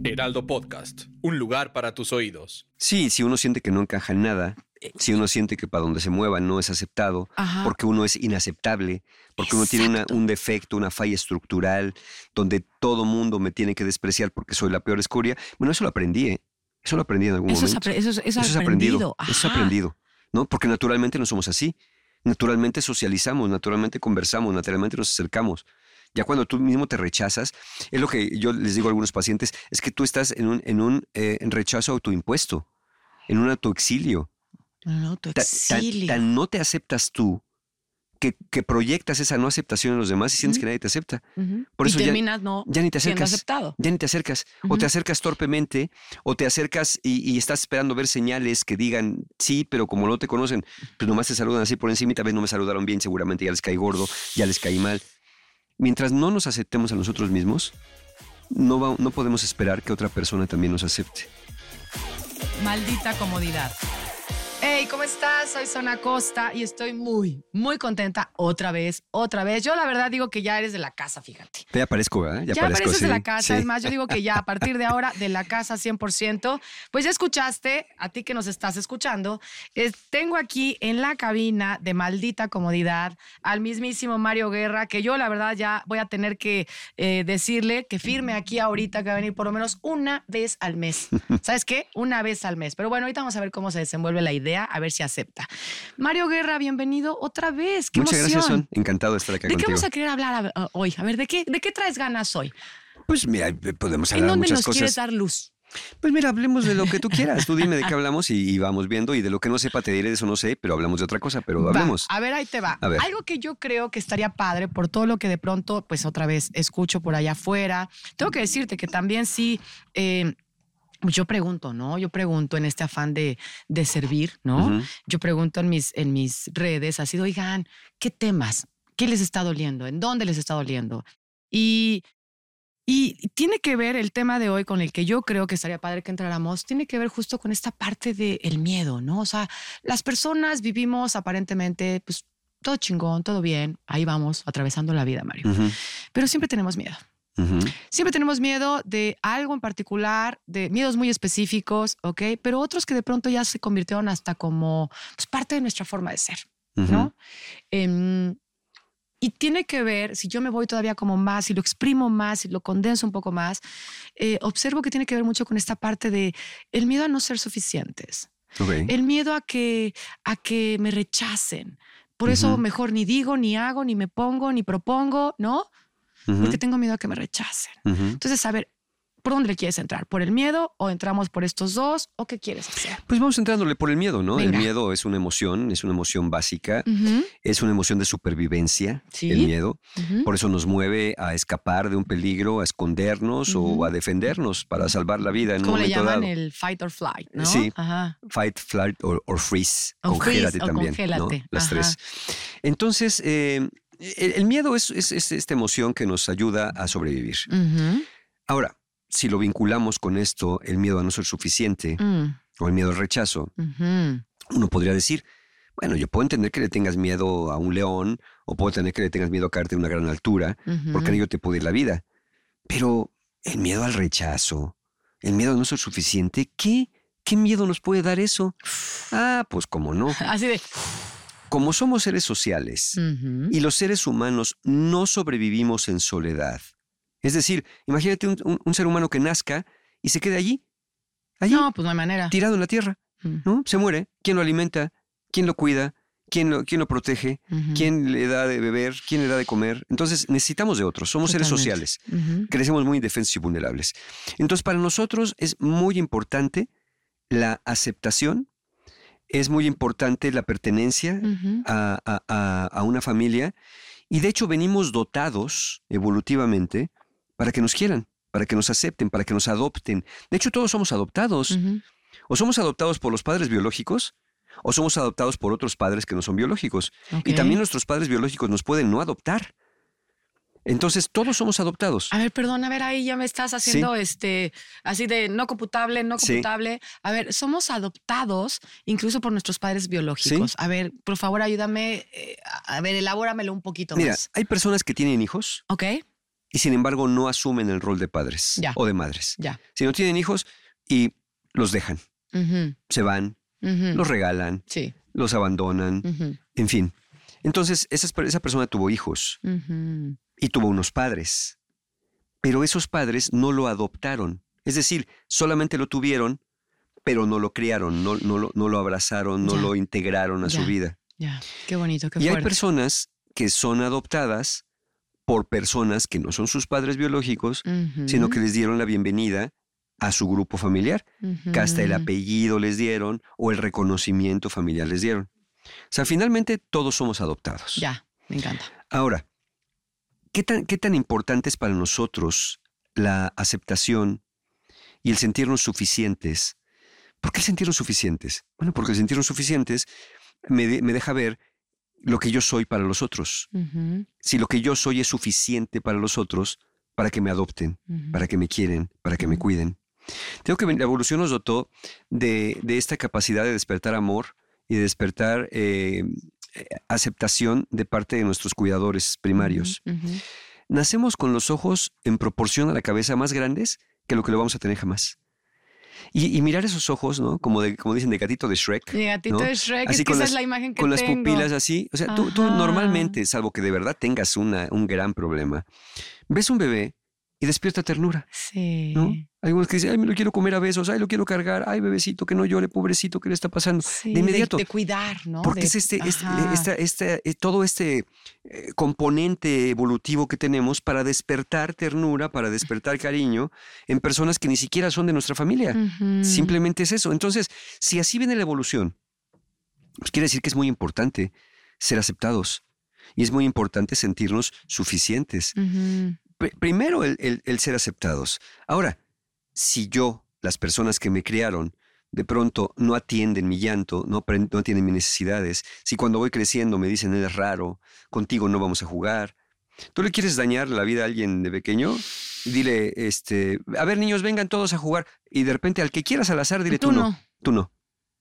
Heraldo Podcast, un lugar para tus oídos. Sí, si uno siente que no encaja en nada, si uno siente que para donde se mueva no es aceptado, porque uno es inaceptable, porque uno tiene un defecto, una falla estructural, donde todo mundo me tiene que despreciar porque soy la peor escoria. Bueno, eso lo aprendí, ¿eh? Eso lo aprendí en algún momento. Eso es aprendido. Ajá. Eso es aprendido, ¿no? Porque naturalmente no somos así. Naturalmente socializamos, naturalmente conversamos, naturalmente nos acercamos. Ya cuando tú mismo te rechazas, es lo que yo les digo a algunos pacientes, es que tú estás en rechazo autoimpuesto, en un autoexilio. Un autoexilio. Tan no te aceptas tú que proyectas esa no aceptación en los demás y sientes que nadie te acepta. Por eso terminas ya ni te siendo acercas. aceptado. Ya ni te acercas. O te acercas torpemente, o te acercas y estás esperando ver señales que digan sí, pero como no te conocen, pues nomás te saludan así por encima y tal vez no me saludaron bien, seguramente ya les caí gordo, ya les caí mal. Mientras no nos aceptemos a nosotros mismos, no podemos esperar que otra persona también nos acepte. Maldita comodidad. Hey, ¿cómo estás? Soy Zona Costa y estoy muy, muy contenta otra vez. Yo la verdad digo que ya eres de la casa, fíjate. Ya aparezco, ¿verdad? Ya apareces de la casa. Sí. Es más, yo digo que ya a partir de ahora de la casa 100%. Pues ya escuchaste, a ti que nos estás escuchando, tengo aquí en la cabina de Maldita Comodidad al mismísimo Mario Guerra, que yo la verdad ya voy a tener que decirle que firme aquí ahorita, que va a venir por lo menos una vez al mes. ¿Sabes qué? Una vez al mes. Pero bueno, ahorita vamos a ver cómo se desenvuelve la idea, a ver si acepta. Mario Guerra, bienvenido otra vez. ¡Qué emoción! Muchas gracias, Son. Encantado de estar acá contigo. ¿De qué vamos a querer hablar hoy? A ver, ¿de qué traes ganas hoy? Pues mira, podemos hablar de muchas cosas. ¿En dónde nos quieres dar luz? Pues mira, hablemos de lo que tú quieras. Tú dime de qué hablamos y vamos viendo. Y de lo que no sepa te diré, de eso no sé, pero hablamos de otra cosa, pero hablemos. A ver, ahí te va. Algo que yo creo que estaría padre por todo lo que de pronto, pues otra vez, escucho por allá afuera. Tengo que decirte que también sí... yo pregunto, ¿no? Yo pregunto en este afán de servir, ¿no? Yo pregunto en mis redes, así, oigan, ¿qué temas? ¿Qué les está doliendo? ¿En dónde les está doliendo? Y tiene que ver el tema de hoy con el que yo creo que estaría padre que entráramos, tiene que ver justo con esta parte del miedo, ¿no? O sea, las personas vivimos aparentemente, pues, todo chingón, todo bien, ahí vamos, atravesando la vida, Mario. Pero siempre tenemos miedo. Siempre tenemos miedo de algo en particular, de miedos muy específicos, ¿ok? Pero otros que de pronto ya se convirtieron hasta como pues, parte de nuestra forma de ser, ¿no? Y tiene que ver, si yo me voy todavía como más, si lo exprimo más, si lo condenso un poco más, observo que tiene que ver mucho con esta parte de el miedo a no ser suficientes. El miedo a que me rechacen. Por eso mejor ni digo, ni hago, ni me pongo, ni propongo, ¿no? Porque tengo miedo a que me rechacen. Entonces, a ver, ¿por dónde le quieres entrar? ¿Por el miedo o entramos por estos dos? ¿O qué quieres hacer? Pues vamos entrándole por el miedo, ¿no? Venga. El miedo es una emoción básica, es una emoción de supervivencia, ¿sí? El miedo. Por eso nos mueve a escapar de un peligro, a escondernos o a defendernos para salvar la vida en un momento dado. ¿Cómo le llaman el fight or flight, no? Sí, fight, flight or freeze. Congélate también, congélate. ¿No? Las tres. Entonces... el miedo es esta emoción que nos ayuda a sobrevivir. Ahora, si lo vinculamos con esto, el miedo a no ser suficiente o el miedo al rechazo, uno podría decir, bueno, yo puedo entender que le tengas miedo a un león o puedo entender que le tengas miedo a caerte de una gran altura porque en ello te puede ir la vida. Pero el miedo al rechazo, el miedo a no ser suficiente, ¿qué miedo nos puede dar eso? Pues cómo no. Así de... Como somos seres sociales y los seres humanos no sobrevivimos en soledad. Es decir, imagínate un ser humano que nazca y se quede allí. No, pues no hay manera. Tirado en la tierra, ¿no? Se muere. ¿Quién lo alimenta? ¿Quién lo cuida? ¿Quién lo protege? ¿Quién le da de beber? ¿Quién le da de comer? Entonces necesitamos de otros. Somos seres sociales. Crecemos muy indefensos y vulnerables. Entonces para nosotros es muy importante la aceptación. Es muy importante la pertenencia a una familia y de hecho venimos dotados evolutivamente para que nos quieran, para que nos acepten, para que nos adopten. De hecho todos somos adoptados. O somos adoptados por los padres biológicos o somos adoptados por otros padres que no son biológicos. Y también nuestros padres biológicos nos pueden no adoptar. Entonces, todos somos adoptados. A ver, perdón, ahí ya me estás haciendo así de no computable. Sí. A ver, somos adoptados incluso por nuestros padres biológicos. Sí. A ver, por favor, ayúdame. A ver, elabóramelo un poquito más. Mira, hay personas que tienen hijos. y sin embargo no asumen el rol de padres o de madres. Si no tienen hijos y los dejan, se van, los regalan, los abandonan, en fin. Entonces esa persona tuvo hijos y tuvo unos padres, pero esos padres no lo adoptaron. Es decir, solamente lo tuvieron, pero no lo criaron, no lo abrazaron, no lo integraron a su vida. Qué bonito, qué fuerte. Y hay personas que son adoptadas por personas que no son sus padres biológicos, sino que les dieron la bienvenida a su grupo familiar, que hasta el apellido les dieron o el reconocimiento familiar les dieron. O sea, finalmente todos somos adoptados. Me encanta. Ahora, ¿qué tan importante es para nosotros la aceptación y el sentirnos suficientes? ¿Por qué el sentirnos suficientes? Bueno, porque el sentirnos suficientes me deja ver lo que yo soy para los otros. Si lo que yo soy es suficiente para los otros, para que me adopten, para que me quieren, para que me cuiden. Tengo que la evolución nos dotó de esta capacidad de despertar amor y de despertar aceptación de parte de nuestros cuidadores primarios. Nacemos con los ojos en proporción a la cabeza más grandes que lo que lo vamos a tener jamás. Y mirar esos ojos, ¿no? Como dicen, de gatito de Shrek. De gatito, ¿no? De Shrek, así es que esa es la imagen que con tengo. Con las pupilas así. O sea, tú normalmente, salvo que de verdad tengas un gran problema, ves un bebé y despierta ternura. Sí. ¿No? Algunos que dicen, ay, me lo quiero comer a besos, ay, lo quiero cargar, ay, bebecito, que no llore, pobrecito, ¿qué le está pasando? Sí, de inmediato. De cuidar, ¿no? Porque es todo este componente evolutivo que tenemos para despertar ternura, para despertar cariño en personas que ni siquiera son de nuestra familia. Simplemente es eso. Entonces, si así viene la evolución, pues quiere decir que es muy importante ser aceptados y es muy importante sentirnos suficientes. Primero, el ser aceptados. Ahora, si las personas que me criaron, de pronto no atienden mi llanto, no atienden mis necesidades, si cuando voy creciendo me dicen, eres raro, contigo no vamos a jugar, ¿tú le quieres dañar la vida a alguien de pequeño? Dile, a ver, niños, vengan todos a jugar. Y de repente al que quieras al azar, dile tú no. Tú no.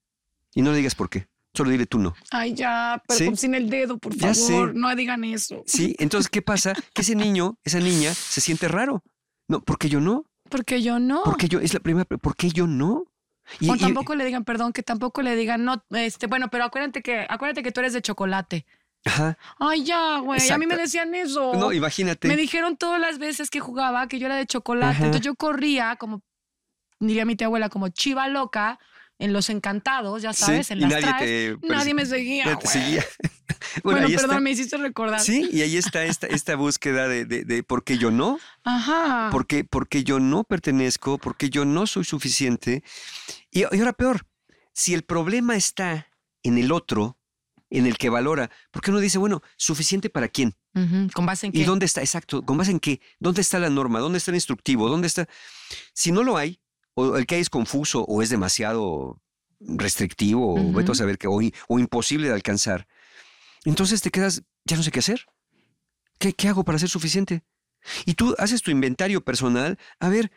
Y no le digas por qué. Solo dile tú no. Ay, ya, pero sin el dedo, por favor, no digan eso. Sí, entonces, ¿qué pasa? Que ese niño, esa niña, se siente raro. No, ¿por qué yo no? Porque yo no. Es la primera, ¿por qué yo no? O tampoco le digan, perdón, que tampoco le digan, no, bueno, pero acuérdate que tú eres de chocolate. Ajá. Ay, ya, güey, exacto. A mí me decían eso. No, imagínate. Me dijeron todas las veces que jugaba que yo era de chocolate. Ajá. Entonces yo corría, como diría mi tía abuela, como chiva loca, en los encantados, ya sabes, en las traes. Nadie me seguía, nadie te seguía. Bueno, perdón, me hiciste recordar. Sí, y ahí está esta búsqueda de por qué yo no. Ajá. Porque yo no pertenezco, porque yo no soy suficiente. Y ahora peor, si el problema está en el otro, en el que valora, ¿por qué uno dice, bueno, suficiente para quién? ¿Con base en qué? ¿Y dónde está? Exacto, ¿con base en qué? ¿Dónde está la norma? ¿Dónde está el instructivo? ¿Dónde está? Si no lo hay, o el que hay es confuso, o es demasiado restrictivo, o vete a saber qué, o imposible de alcanzar, entonces te quedas, ya no sé qué hacer. ¿Qué hago para ser suficiente? Y tú haces tu inventario personal. A ver,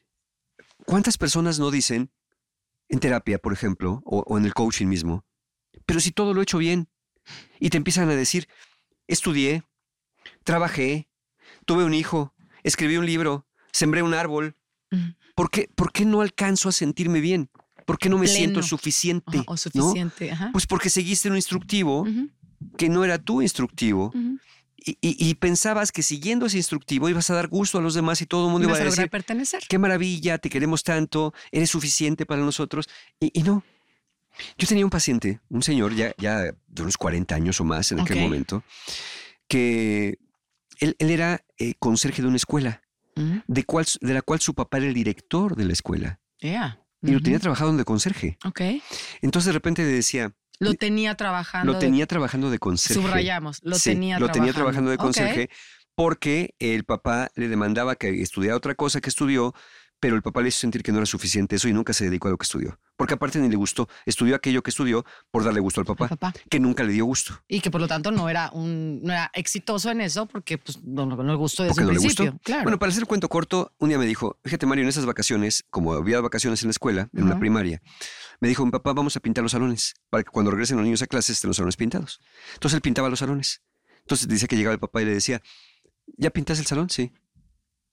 ¿cuántas personas no dicen en terapia, por ejemplo, o en el coaching mismo, pero si todo lo he hecho bien? Y te empiezan a decir, estudié, trabajé, tuve un hijo, escribí un libro, sembré un árbol. ¿Por qué no alcanzo a sentirme bien? ¿Por qué no me siento suficiente? O suficiente. ¿No? Ajá. Pues porque seguiste un instructivo que no era tu instructivo. Y pensabas que siguiendo ese instructivo ibas a dar gusto a los demás y todo el mundo iba a decir, pertenecer. Qué maravilla, te queremos tanto, eres suficiente para nosotros. Y no. Yo tenía un paciente, un señor ya de unos 40 años o más en aquel momento, que él era conserje de una escuela, de la cual su papá era el director de la escuela. Y lo tenía trabajando de conserje. Entonces de repente le decía... Lo tenía trabajando. Lo tenía trabajando de conserje. Subrayamos, lo tenía trabajando de conserje porque el papá le demandaba que estudiara otra cosa que estudió, pero el papá le hizo sentir que no era suficiente eso y nunca se dedicó a lo que estudió. Porque aparte ni le gustó. Estudió aquello que estudió por darle gusto al papá, que nunca le dio gusto. Y que por lo tanto no era exitoso en eso porque pues, no le gustó desde el principio. Le gustó. Claro. Bueno, para hacer el cuento corto, un día me dijo, fíjate Mario, en esas vacaciones, como había vacaciones en la escuela, en una primaria, me dijo, mi papá, vamos a pintar los salones para que cuando regresen los niños a clases estén los salones pintados. Entonces él pintaba los salones. Entonces dice que llegaba el papá y le decía, ¿ya pintas el salón? Sí.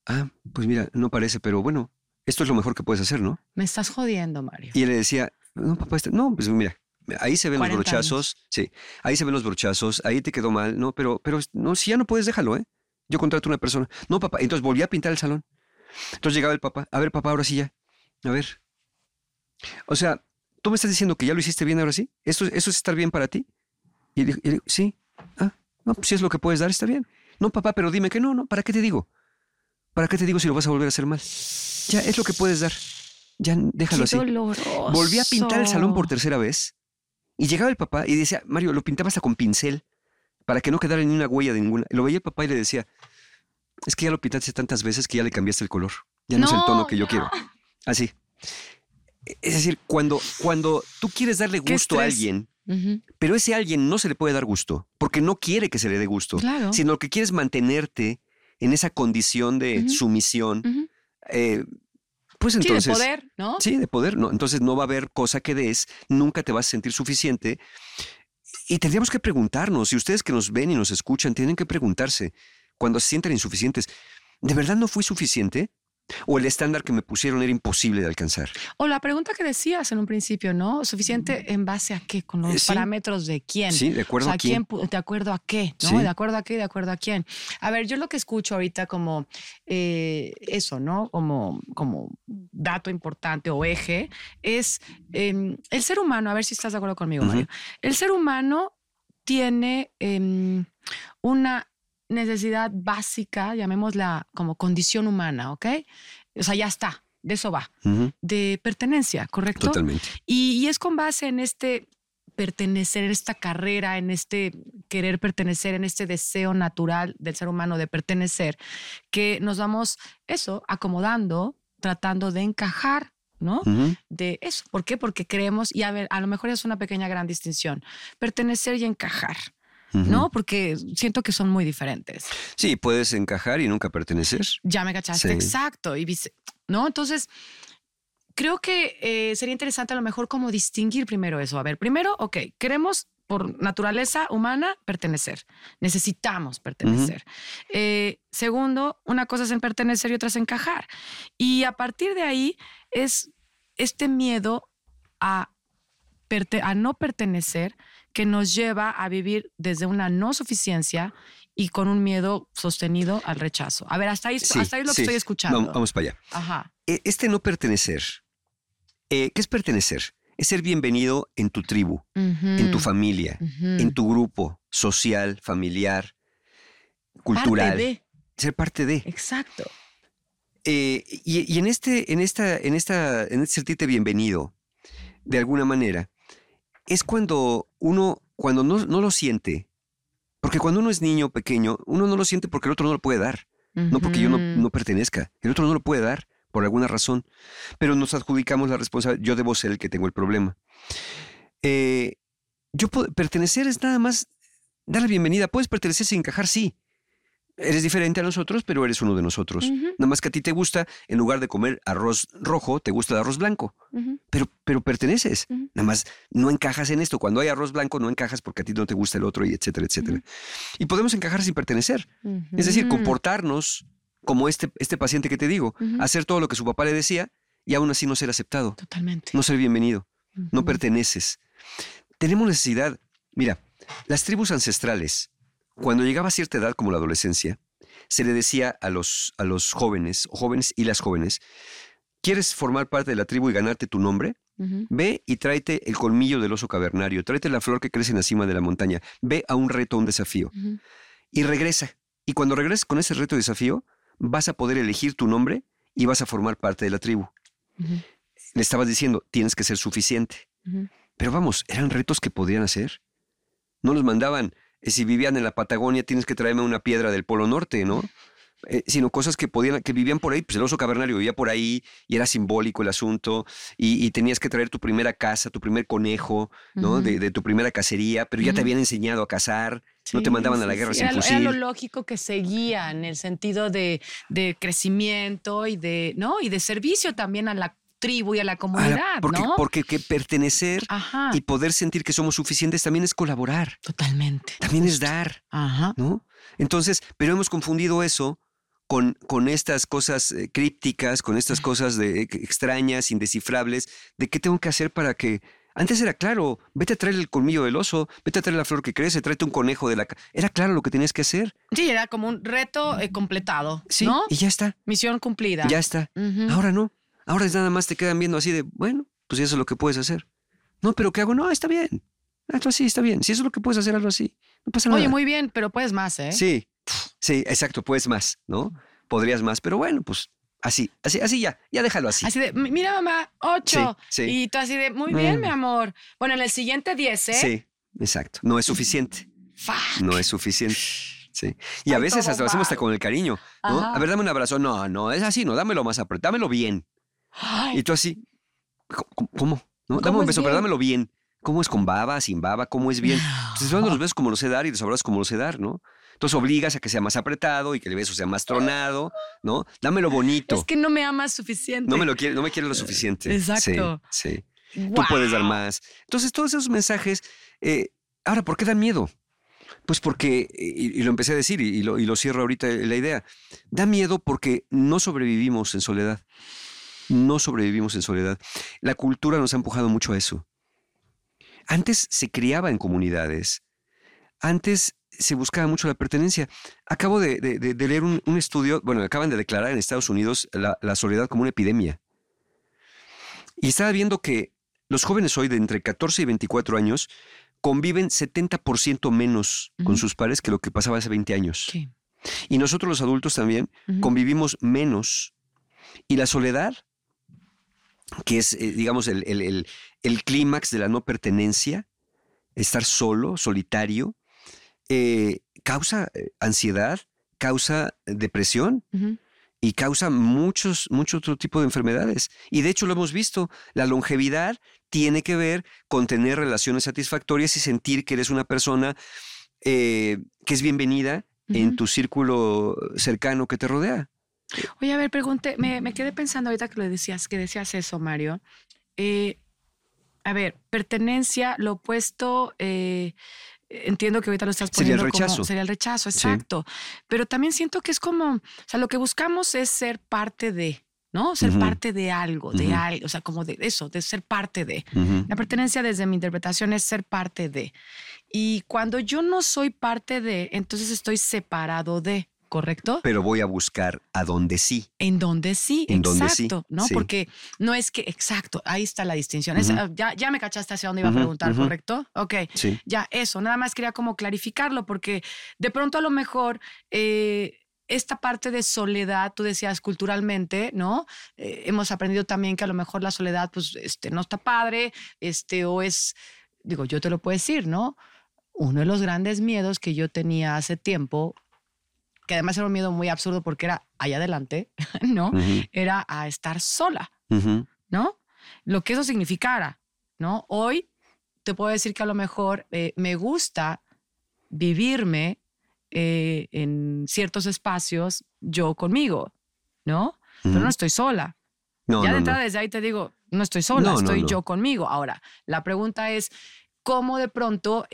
Pues mira, no parece, pero bueno, esto es lo mejor que puedes hacer, ¿no? Me estás jodiendo, Mario. Y él le decía, no, papá, no, pues mira, ahí se ven los 40 brochazos, sí, ahí se ven los brochazos, ahí te quedó mal, no, pero no, si ya no puedes, déjalo, ¿eh? Yo contrato a una persona. No, papá, entonces volví a pintar el salón. Entonces llegaba el papá, a ver, papá, ahora sí ya, a ver. O sea, ¿tú me estás diciendo que ya lo hiciste bien ahora sí? ¿Eso es estar bien para ti? Y él dijo, sí. No, pues si es lo que puedes dar, está bien. No, papá, pero dime que no, ¿para qué te digo? ¿Para qué te digo si lo vas a volver a hacer mal? Ya es lo que puedes dar. Ya déjalo Qué así. doloroso. Volví a pintar el salón por tercera vez y llegaba el papá y decía, Mario, lo pintaba hasta con pincel para que no quedara ni una huella de ninguna. Lo veía el papá y le decía, es que ya lo pintaste tantas veces que ya le cambiaste el color. Ya no es el tono que yo quiero. Así. Es decir, cuando tú quieres darle gusto a alguien, pero ese alguien no se le puede dar gusto porque no quiere que se le dé gusto, sino lo que quiere es mantenerte en esa condición de sumisión, pues entonces... Sí, de poder, ¿no? Sí, de poder. No, entonces no va a haber cosa que des, nunca te vas a sentir suficiente. Y tendríamos que preguntarnos, y ustedes que nos ven y nos escuchan, tienen que preguntarse, cuando se sientan insuficientes, ¿de verdad no fui suficiente? ¿O el estándar que me pusieron era imposible de alcanzar? O la pregunta que decías en un principio, ¿no? ¿Suficiente en base a qué? ¿Con los parámetros de quién? Sí, de acuerdo a quién. ¿De acuerdo a qué? ¿No? Sí. ¿De acuerdo a qué? ¿De acuerdo a quién? A ver, yo lo que escucho ahorita como eso, ¿no? Como dato importante o eje es el ser humano, a ver si estás de acuerdo conmigo, Mario. El ser humano tiene una necesidad básica, llamémosla como condición humana, ¿ok? O sea, ya está, de eso va, de pertenencia, ¿correcto? Totalmente. Y es con base en este pertenecer, en esta carrera, en este querer pertenecer, en este deseo natural del ser humano de pertenecer, que nos vamos acomodando, tratando de encajar, ¿no? De eso. ¿Por qué? Porque creemos, y a ver, a lo mejor es una pequeña gran distinción, pertenecer y encajar. ¿No? Porque siento que son muy diferentes. Sí, puedes encajar y nunca pertenecer. Ya me cachaste, sí. Exacto. ¿No? Entonces, creo que sería interesante a lo mejor como distinguir primero eso. A ver, primero, queremos por naturaleza humana pertenecer. Necesitamos pertenecer. Segundo, una cosa es en pertenecer y otra es encajar. Y a partir de ahí es este miedo a no pertenecer que nos lleva a vivir desde una no suficiencia y con un miedo sostenido al rechazo. A ver, hasta ahí es lo que estoy escuchando. Vamos para allá. Ajá. Este no pertenecer, ¿qué es pertenecer? Es ser bienvenido en tu tribu, en tu familia, en tu grupo social, familiar, cultural. Parte de. Ser parte de. Exacto. Y en este sentirte bienvenido, de alguna manera, es cuando uno no lo siente. Porque cuando uno es niño pequeño, uno no lo siente porque el otro no lo puede dar. No porque yo no pertenezca. El otro no lo puede dar por alguna razón. Pero nos adjudicamos la responsabilidad. Yo debo ser el que tengo el problema. Pertenecer es nada más dar la bienvenida. Puedes pertenecer sin encajar, sí. Eres diferente a nosotros, pero eres uno de nosotros. Nada más que a ti te gusta, en lugar de comer arroz rojo, te gusta el arroz blanco. Pero perteneces. Nada más no encajas en esto. Cuando hay arroz blanco no encajas porque a ti no te gusta el otro, y etcétera, etcétera. Y podemos encajar sin pertenecer. Es decir, comportarnos como este paciente que te digo. Hacer todo lo que su papá le decía y aún así no ser aceptado. Totalmente. No ser bienvenido. No perteneces. Tenemos necesidad. Mira, las tribus ancestrales, cuando llegaba a cierta edad como la adolescencia, se le decía a los jóvenes y las jóvenes, ¿quieres formar parte de la tribu y ganarte tu nombre? Ve y tráete el colmillo del oso cavernario, tráete la flor que crece en la cima de la montaña, ve a un reto, a un desafío y regresa. Y cuando regreses con ese reto y desafío, vas a poder elegir tu nombre y vas a formar parte de la tribu. Le estabas diciendo, tienes que ser suficiente. Pero vamos, eran retos que podían hacer. No los mandaban... Si vivían en la Patagonia, tienes que traerme una piedra del Polo Norte, ¿no? Sino cosas que vivían por ahí. Pues el oso cavernario vivía por ahí y era simbólico el asunto. Y tenías que traer tu primera casa, tu primer conejo, ¿no? De tu primera cacería, pero ya te habían enseñado a cazar. Sí, no te mandaban a la guerra sin fusil. Era lo lógico que seguía en el sentido de crecimiento y de servicio también a la tribu y a la comunidad, ¿no? Porque pertenecer y poder sentir que somos suficientes también es colaborar. Totalmente. También es dar, ¿no? Entonces, pero hemos confundido eso con estas cosas crípticas, con estas cosas extrañas, indescifrables, de qué tengo que hacer para que... Antes era claro, vete a traer el colmillo del oso, vete a traer la flor que crece, tráete un conejo de la... Era claro lo que tenías que hacer. Sí, era como un reto completado, Sí, ¿no? y ya está. Misión cumplida. Ya está. Ahora no. Ahora es nada más te quedan viendo así de, bueno, pues eso es lo que puedes hacer. No, pero ¿qué hago? No, está bien. Hazlo así, está bien. Si eso es lo que puedes hacer, hazlo así. No pasa nada. Oye, muy bien, pero puedes más, ¿eh? Sí, exacto, puedes más, ¿no? Podrías más, pero bueno, pues así ya déjalo así. Así de, mira mamá, 8. Sí. Y tú así de, muy bien, mi amor. Bueno, en el siguiente 10, ¿eh? Sí, exacto. No es suficiente. Fuck. No es suficiente. Sí. Y a veces hasta lo hacemos hasta con el cariño, ¿no? Ajá. A ver, dame un abrazo. No, es así, no, dámelo más apretado, dámelo bien. Ay, Y tú así, ¿cómo? ¿No? ¿Cómo Dame un es beso, bien? pero dámelo bien. ¿Cómo es con baba, sin baba? ¿Cómo es bien? Pues estoy dando los besos como los sé dar y los abrazos como los sé dar, ¿no? Entonces obligas a que sea más apretado y que el beso sea más tronado, ¿no? Dámelo bonito. es que no me amas suficiente. No me quiere lo suficiente. Exacto. Sí. Tú Guau. puedes dar más. Entonces, todos esos mensajes. Ahora, ¿por qué dan miedo? Pues porque, y lo empecé a decir y lo cierro ahorita la idea, da miedo porque no sobrevivimos en soledad. No sobrevivimos en soledad. La cultura nos ha empujado mucho a eso. Antes se criaba en comunidades. Antes se buscaba mucho la pertenencia. Acabo de leer un estudio, bueno, acaban de declarar en Estados Unidos la soledad como una epidemia. Y estaba viendo que los jóvenes hoy de entre 14 y 24 años conviven 70% menos con sus pares que lo que pasaba hace 20 años. Sí. Y nosotros los adultos también convivimos menos. Y la soledad, que es, digamos, el clímax de la no pertenencia, estar solo, solitario, causa ansiedad, causa depresión y causa mucho otro tipo de enfermedades. Y de hecho lo hemos visto, la longevidad tiene que ver con tener relaciones satisfactorias y sentir que eres una persona que es bienvenida en tu círculo cercano que te rodea. Oye, a ver, me quedé pensando ahorita que decías eso, Mario. A ver, pertenencia, lo opuesto, entiendo que ahorita lo estás poniendo Sería el rechazo. como... Sería el rechazo, exacto. Sí. Pero también siento que es como, o sea, lo que buscamos es ser parte de, ¿no? Ser parte de algo, o sea, como de eso, de ser parte de. La pertenencia desde mi interpretación es ser parte de. Y cuando yo no soy parte de, entonces estoy separado de. ¿Correcto? Pero voy a buscar a donde sí. En donde sí, en exacto, donde sí, ¿no? Sí. Porque no es que, exacto, ahí está la distinción. Ya me cachaste hacia dónde iba a preguntar, ¿correcto? Ok, sí. Ya eso, nada más quería como clarificarlo porque de pronto a lo mejor esta parte de soledad, tú decías culturalmente, ¿no? Hemos aprendido también que a lo mejor la soledad pues no está padre, o es, digo, yo te lo puedo decir, ¿no? Uno de los grandes miedos que yo tenía hace tiempo, que además era un miedo muy absurdo porque era allá adelante, ¿no? Era a estar sola, ¿no? Lo que eso significara, ¿no? Hoy te puedo decir que a lo mejor me gusta vivirme en ciertos espacios yo conmigo, ¿no? Pero no estoy sola. Ya de entrada desde ahí te digo, no estoy sola, estoy yo conmigo. Ahora, la pregunta es, ¿cómo de pronto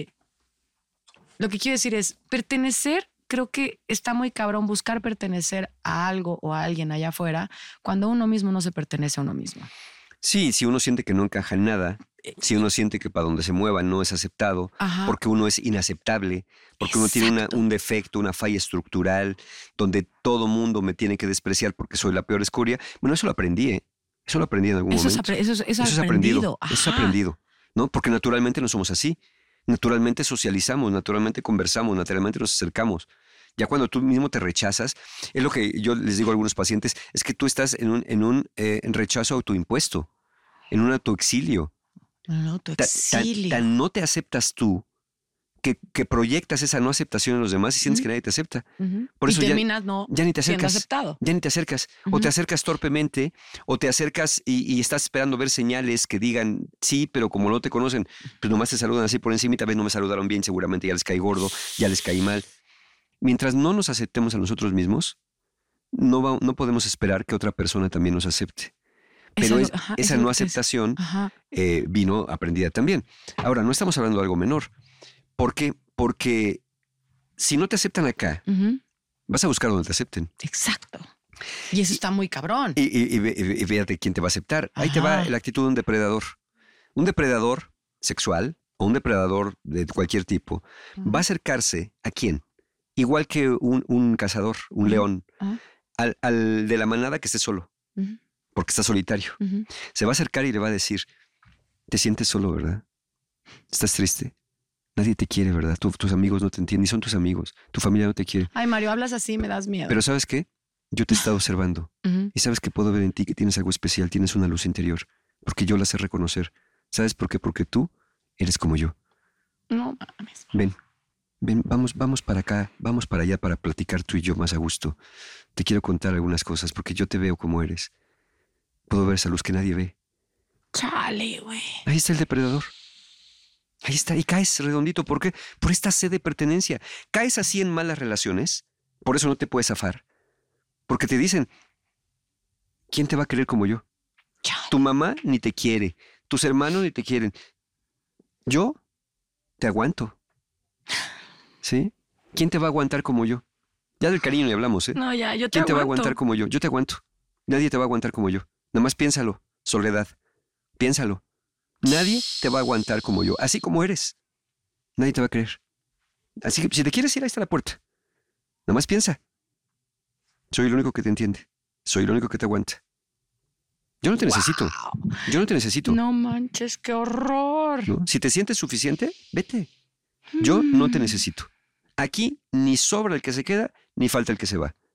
lo que quiero decir es pertenecer? Creo que está muy cabrón buscar pertenecer a algo o a alguien allá afuera cuando uno mismo no se pertenece a uno mismo. Sí, si uno siente que no encaja en nada, si uno siente que para donde se mueva no es aceptado, porque uno es inaceptable, porque uno tiene un defecto, una falla estructural, donde todo mundo me tiene que despreciar porque soy la peor escoria. Bueno, eso lo aprendí, ¿eh? Eso lo aprendí en algún momento. Eso es aprendido. Eso es aprendido, ¿no? Porque naturalmente no somos así. Naturalmente socializamos, naturalmente conversamos, naturalmente nos acercamos. Ya cuando tú mismo te rechazas, es lo que yo les digo a algunos pacientes, es que tú estás en un rechazo autoimpuesto, en un autoexilio. Un autoexilio. Tan no te aceptas tú que proyectas esa no aceptación en los demás y sientes que nadie te acepta. Por eso terminas ya ni te acercas. Siendo aceptado. Ya ni te acercas. O te acercas torpemente, o te acercas y estás esperando ver señales que digan sí, pero como no te conocen, pues nomás te saludan así por encima y tal vez no me saludaron bien, seguramente ya les caí gordo, ya les caí mal. Mientras no nos aceptemos a nosotros mismos, no podemos esperar que otra persona también nos acepte. Pero esa no aceptación vino aprendida también. Ahora, no estamos hablando de algo menor. ¿Por qué? Porque si no te aceptan acá, Vas a buscar donde te acepten. Exacto. Y eso está muy cabrón. Y fíjate quién te va a aceptar. Ahí te va la actitud de un depredador. Un depredador sexual o un depredador de cualquier tipo va a acercarse ¿a quién? Igual que un cazador, un león, al de la manada que esté solo, porque está solitario. Se va a acercar y le va a decir, te sientes solo, ¿verdad? ¿Estás triste? Nadie te quiere, ¿verdad? Tus amigos no te entienden, ni son tus amigos. Tu familia no te quiere. Ay, Mario, hablas así, me das miedo. Pero ¿sabes qué? Yo te he estado observando y sabes que puedo ver en ti que tienes algo especial, tienes una luz interior, porque yo la sé reconocer. ¿Sabes por qué? Porque tú eres como yo. No mames. Ven, vamos para acá, vamos para allá para platicar tú y yo más a gusto. Te quiero contar algunas cosas porque yo te veo como eres. Puedo ver esa luz que nadie ve. Chale, güey. Ahí está el depredador. Ahí está, y caes redondito. ¿Por qué? Por esta sed de pertenencia. Caes así en malas relaciones, por eso no te puedes zafar. Porque te dicen, ¿quién te va a querer como yo? Tu mamá ni te quiere, tus hermanos ni te quieren. Yo te aguanto. ¿Sí? ¿Quién te va a aguantar como yo? Ya del cariño le hablamos, ¿eh? No, ya, yo te ¿Quién te va a aguanto. aguantar como yo? Yo te aguanto. Nadie te va a aguantar como yo. Nada más piénsalo, Soledad. Piénsalo. Nadie te va a aguantar como yo, así como eres. Nadie te va a querer. Así que si te quieres ir, ahí está la puerta. Nada más piensa. Soy el único que te entiende. Soy el único que te aguanta. Yo no te necesito. Yo no te necesito. No manches, qué horror. ¿No? Si te sientes suficiente, vete. Yo no te necesito. Aquí ni sobra el que se queda, ni falta el que se va.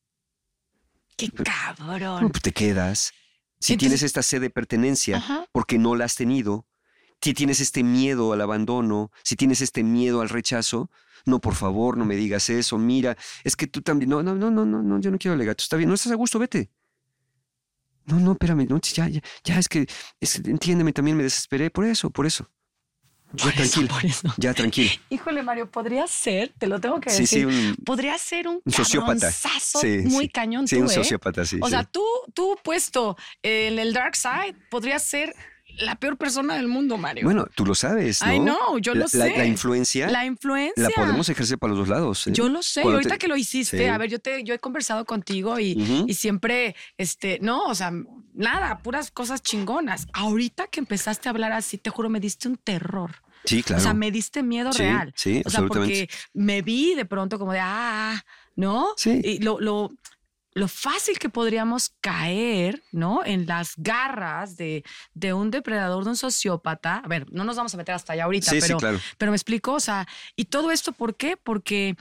Qué cabrón. No, pues te quedas. Si Entonces, tienes esta sed de pertenencia, porque no la has tenido, si tienes este miedo al abandono, si tienes este miedo al rechazo, no, por favor, no me digas eso. Mira, es que tú también. No, yo no quiero alegato. Está bien, no estás a gusto, vete. No, espérame, no, ya, es que entiéndeme, también me desesperé por eso. Ya, tranquilo. Ya, tranquilo. Híjole, Mario, podría ser, te lo tengo que decir. Sí, podría ser un sociópata. Muy cañón sí, tú, un sociópata, sí. O sea, tú puesto en el dark side, podrías ser la peor persona del mundo, Mario. Bueno, tú lo sabes, ¿no? Ay, no, yo lo sé. La influencia. La influencia. La podemos ejercer para los dos lados. Yo lo sé. Ahorita que lo hiciste, sí. A ver, yo he conversado contigo y siempre, no, o sea, nada, puras cosas chingonas. Ahorita que empezaste a hablar así, te juro, me diste un terror. Sí, claro. O sea, me diste miedo real. Sí, o sea, absolutamente. porque me vi de pronto como de, ¿no? Sí. Y lo fácil que podríamos caer, ¿no? En las garras de un depredador, de un sociópata. A ver, no nos vamos a meter hasta allá ahorita, sí, claro. Pero me explico, o sea, y todo esto, ¿por qué? Porque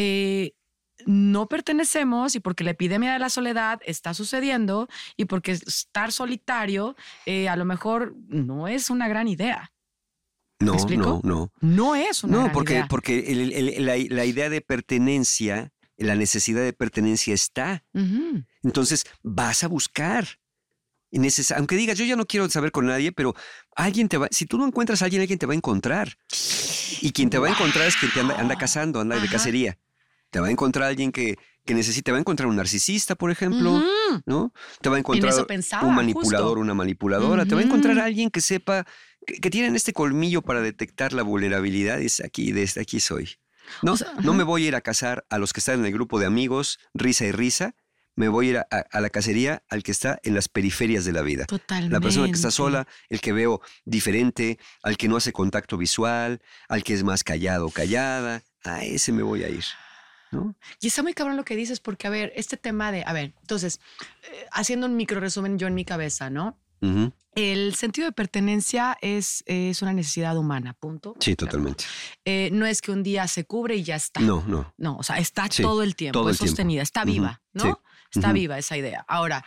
no pertenecemos y porque la epidemia de la soledad está sucediendo y porque estar solitario a lo mejor no es una gran idea. No, ¿Me explico? no. No es una gran idea. Porque la idea de pertenencia, la necesidad de pertenencia está. Entonces vas a buscar. Aunque digas, yo ya no quiero saber con nadie, pero alguien te va. Si tú no encuentras a alguien, alguien te va a encontrar. Y quien te va a encontrar es quien te anda cazando, anda de cacería. Te va a encontrar alguien que necesita. Te va a encontrar un narcisista, por ejemplo, ¿no? Te va a encontrar un manipulador, una manipuladora. Te va a encontrar alguien que sepa que tienen este colmillo para detectar la vulnerabilidad. Y es aquí, desde aquí soy. No, no me voy a ir a cazar a los que están en el grupo de amigos, risa y risa. Me voy a ir a la cacería al que está en las periferias de la vida. Totalmente. La persona que está sola, el que veo diferente, al que no hace contacto visual, al que es más callado o callada. A ese me voy a ir, ¿no? Y está muy cabrón lo que dices, porque, a ver, este tema de, entonces, haciendo un micro resumen yo en mi cabeza, ¿no? El sentido de pertenencia es una necesidad humana, punto. Sí, totalmente. No es que un día se cubre y ya está. No. No, o sea, está todo el tiempo, es sostenida, está viva, ¿no? Sí. Está viva esa idea. Ahora,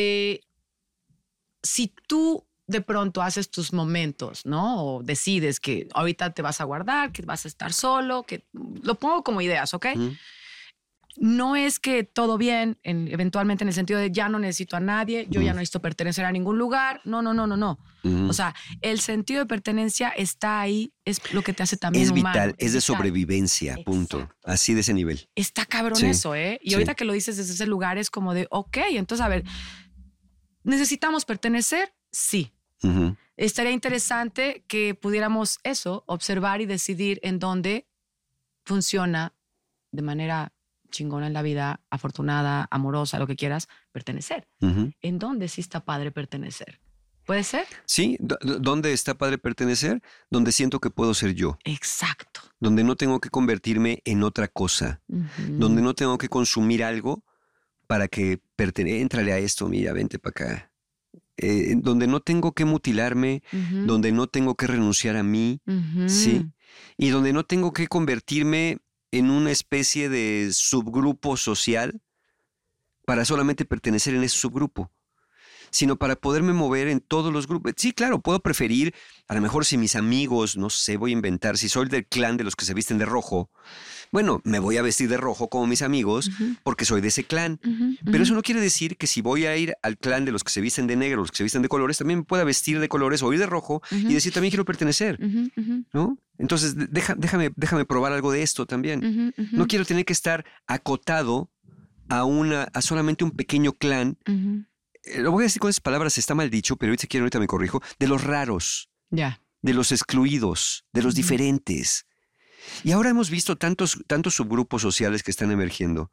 si tú de pronto haces tus momentos, ¿no? O decides que ahorita te vas a guardar, que vas a estar solo, que lo pongo como ideas, ¿ok? No es que todo bien, eventualmente en el sentido de ya no necesito a nadie, yo ya no necesito pertenecer a ningún lugar. No. O sea, el sentido de pertenencia está ahí, es lo que te hace también humano. Es vital, es de sobrevivencia, punto. Exacto. Así de ese nivel. Está cabrón eso, ¿eh? Y ahorita que lo dices desde ese lugar es como de, ok, entonces, a ver, ¿necesitamos pertenecer? Sí. Estaría interesante que pudiéramos observar y decidir en dónde funciona de manera chingona en la vida, afortunada, amorosa, lo que quieras, pertenecer. ¿En dónde sí está padre pertenecer? ¿Puede ser? Sí, ¿dónde está padre pertenecer? Donde siento que puedo ser yo. Exacto. Donde no tengo que convertirme en otra cosa. Donde no tengo que consumir algo para que éntrale a esto, mira, vente para acá. Donde no tengo que mutilarme, donde no tengo que renunciar a mí, ¿sí? Y donde no tengo que convertirme en una especie de subgrupo social para solamente pertenecer en ese subgrupo, sino para poderme mover en todos los grupos. Sí, claro, puedo preferir, a lo mejor si mis amigos, no sé, voy a inventar, si soy del clan de los que se visten de rojo, bueno, me voy a vestir de rojo como mis amigos porque soy de ese clan. Pero eso no quiere decir que si voy a ir al clan de los que se visten de negro, los que se visten de colores, también me pueda vestir de colores o ir de rojo y decir también quiero pertenecer, ¿no? Entonces, déjame probar algo de esto también. No quiero tener que estar acotado a solamente un pequeño clan. Lo voy a decir con esas palabras, está mal dicho, pero si quiero ahorita me corrijo, de los raros, de los excluidos, de los diferentes. Y ahora hemos visto tantos subgrupos sociales que están emergiendo,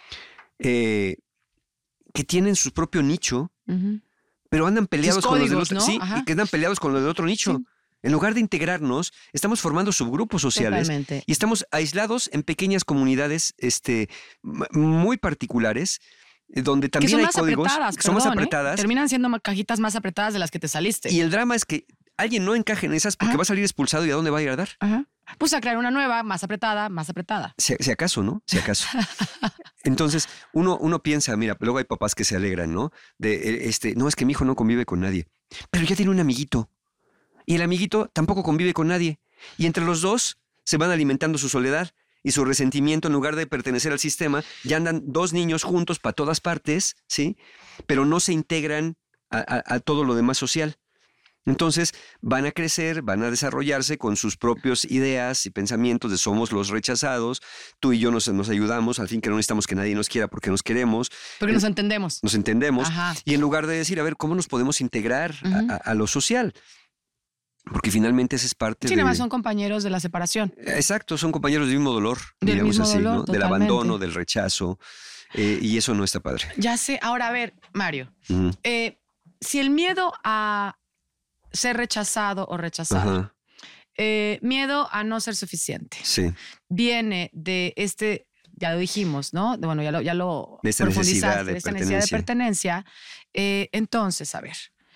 que tienen su propio nicho, pero andan peleados con los del otro, ¿no? Sí, y quedan peleados con los del otro nicho. Sí. En lugar de integrarnos, estamos formando subgrupos sociales. Totalmente. Y estamos aislados en pequeñas comunidades muy particulares, donde también hay códigos que son más apretadas. Terminan siendo cajitas más apretadas de las que te saliste. Y el drama es que alguien no encaje en esas porque va a salir expulsado y ¿a dónde va a ir a dar? Pues a crear una nueva, más apretada, más apretada. Si acaso, ¿no? Si acaso. Entonces, uno piensa, mira, luego hay papás que se alegran, ¿no? No, es que mi hijo no convive con nadie, pero ya tiene un amiguito. Y el amiguito tampoco convive con nadie. Y entre los dos se van alimentando su soledad y su resentimiento. En lugar de pertenecer al sistema, ya andan dos niños juntos para todas partes, ¿sí? Pero no se integran a todo lo demás social. Entonces van a crecer, van a desarrollarse con sus propias ideas y pensamientos de somos los rechazados, tú y yo nos ayudamos, al fin que no necesitamos que nadie nos quiera porque nos queremos. Porque nos entendemos. Nos entendemos. Y en lugar de decir, a ver, ¿cómo nos podemos integrar a lo social? Porque finalmente esa es parte nada más son compañeros de la separación. Exacto, son compañeros del mismo dolor, digamos así, dolor, ¿no? Del abandono, del rechazo, y eso no está padre. Ya sé. Ahora, a ver, Mario, si el miedo a ser rechazado o rechazado, miedo a no ser suficiente, viene de ya lo dijimos, ¿no? Bueno, ya lo de esta necesidad de pertenencia. Entonces, a ver,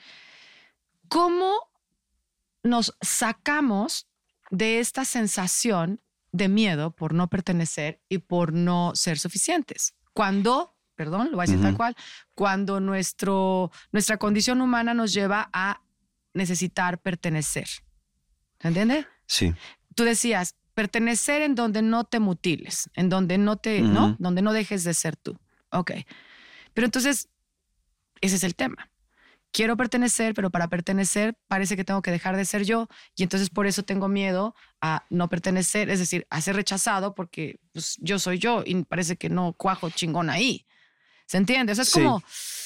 ¿cómo nos sacamos de esta sensación de miedo por no pertenecer y por no ser suficientes? Cuando, perdón, lo voy a decir tal cual, cuando nuestra condición humana nos lleva a necesitar pertenecer. ¿Se entiende? Sí. Tú decías, pertenecer en donde no te mutiles, en donde no ¿no? Donde no dejes de ser tú. Ok. Pero entonces, ese es el tema. Quiero pertenecer, pero para pertenecer parece que tengo que dejar de ser yo y entonces por eso tengo miedo a no pertenecer, es decir, a ser rechazado porque pues, yo soy yo y parece que no cuajo chingón ahí. ¿Se entiende? O sea, es como...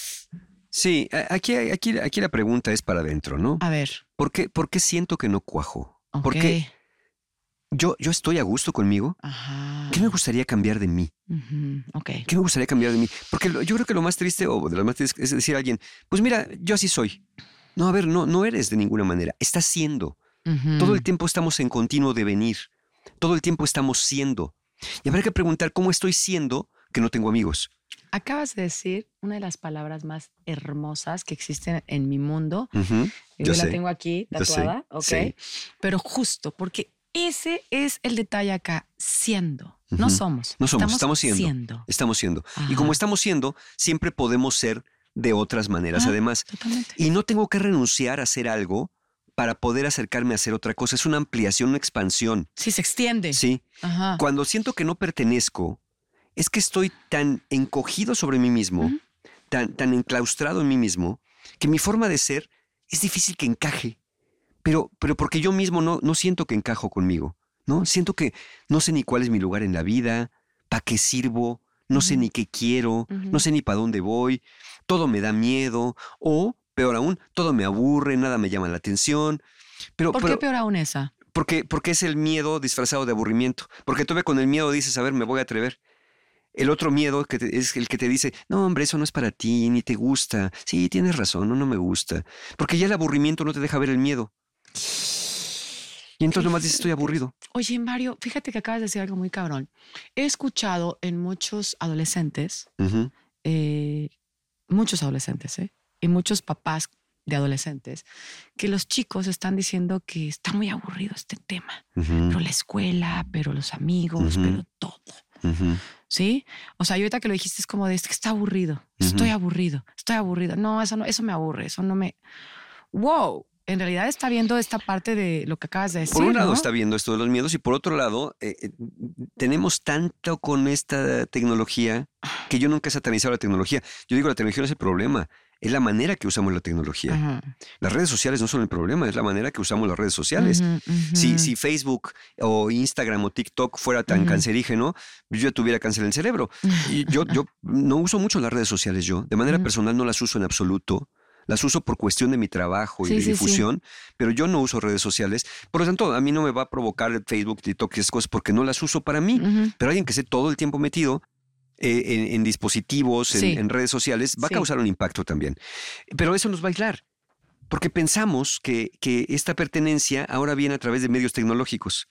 Sí, aquí la pregunta es para adentro, ¿no? A ver. ¿Por qué siento que no cuajo? Okay. Porque yo estoy a gusto conmigo. Ajá. ¿Qué me gustaría cambiar de mí? Okay. ¿Qué me gustaría cambiar de mí? Porque yo creo que lo más triste o de lo más triste es decir a alguien, pues mira, yo así soy. No, a ver, no eres de ninguna manera. Estás siendo. Todo el tiempo estamos en continuo devenir. Todo el tiempo estamos siendo. Y habrá que preguntar cómo estoy siendo que no tengo amigos. Acabas de decir una de las palabras más hermosas que existen en mi mundo. Yo la tengo aquí tatuada, ¿ok? Sí. Pero justo porque ese es el detalle acá, siendo. No somos. No somos, estamos siendo. Estamos siendo. Ajá. Y como estamos siendo, siempre podemos ser de otras maneras, además. Totalmente. Y no tengo que renunciar a hacer algo para poder acercarme a hacer otra cosa. Es una ampliación, una expansión. Sí, se extiende. Sí. Ajá. Cuando siento que no pertenezco, es que estoy tan encogido sobre mí mismo, tan enclaustrado en mí mismo, que mi forma de ser es difícil que encaje. Pero porque yo mismo no siento que encajo conmigo, ¿no? Siento que no sé ni cuál es mi lugar en la vida, para qué sirvo, no sé ni qué quiero, no sé ni para dónde voy, todo me da miedo, o, peor aún, todo me aburre, nada me llama la atención. ¿Por qué peor aún esa? Porque es el miedo disfrazado de aburrimiento. Porque tú con el miedo dices, a ver, me voy a atrever. El otro miedo es el que te dice, no, hombre, eso no es para ti, ni te gusta. Sí, tienes razón, no me gusta. Porque ya el aburrimiento no te deja ver el miedo. Y entonces nomás dices, estoy aburrido. Oye, Mario, fíjate que acabas de decir algo muy cabrón. He escuchado en muchos adolescentes, y muchos papás de adolescentes, que los chicos están diciendo que está muy aburrido este tema. Pero la escuela, pero los amigos, pero todo. ¿Sí? O sea, yo ahorita que lo dijiste es como de, que está aburrido. Estoy aburrido. No, eso me aburre. Eso no me... ¡Wow! En realidad está viendo esta parte de lo que acabas de decir. Por un lado, ¿no? está viendo esto de los miedos y por otro lado, tenemos tanto con esta tecnología que yo nunca he satanizado la tecnología. Yo digo, la tecnología no es el problema, es la manera que usamos la tecnología. Las redes sociales no son el problema, es la manera que usamos las redes sociales. Si Facebook o Instagram o TikTok fuera tan cancerígeno, yo ya tuviera cáncer en el cerebro. Y yo no uso mucho las redes sociales yo. De manera personal no las uso en absoluto. Las uso por cuestión de mi trabajo y de difusión, pero yo no uso redes sociales. Por lo tanto, a mí no me va a provocar el Facebook, TikTok y esas cosas porque no las uso para mí. Pero alguien que esté todo el tiempo metido en dispositivos, en redes sociales, va a causar un impacto también. Pero eso nos va a aislar, porque pensamos que esta pertenencia ahora viene a través de medios tecnológicos.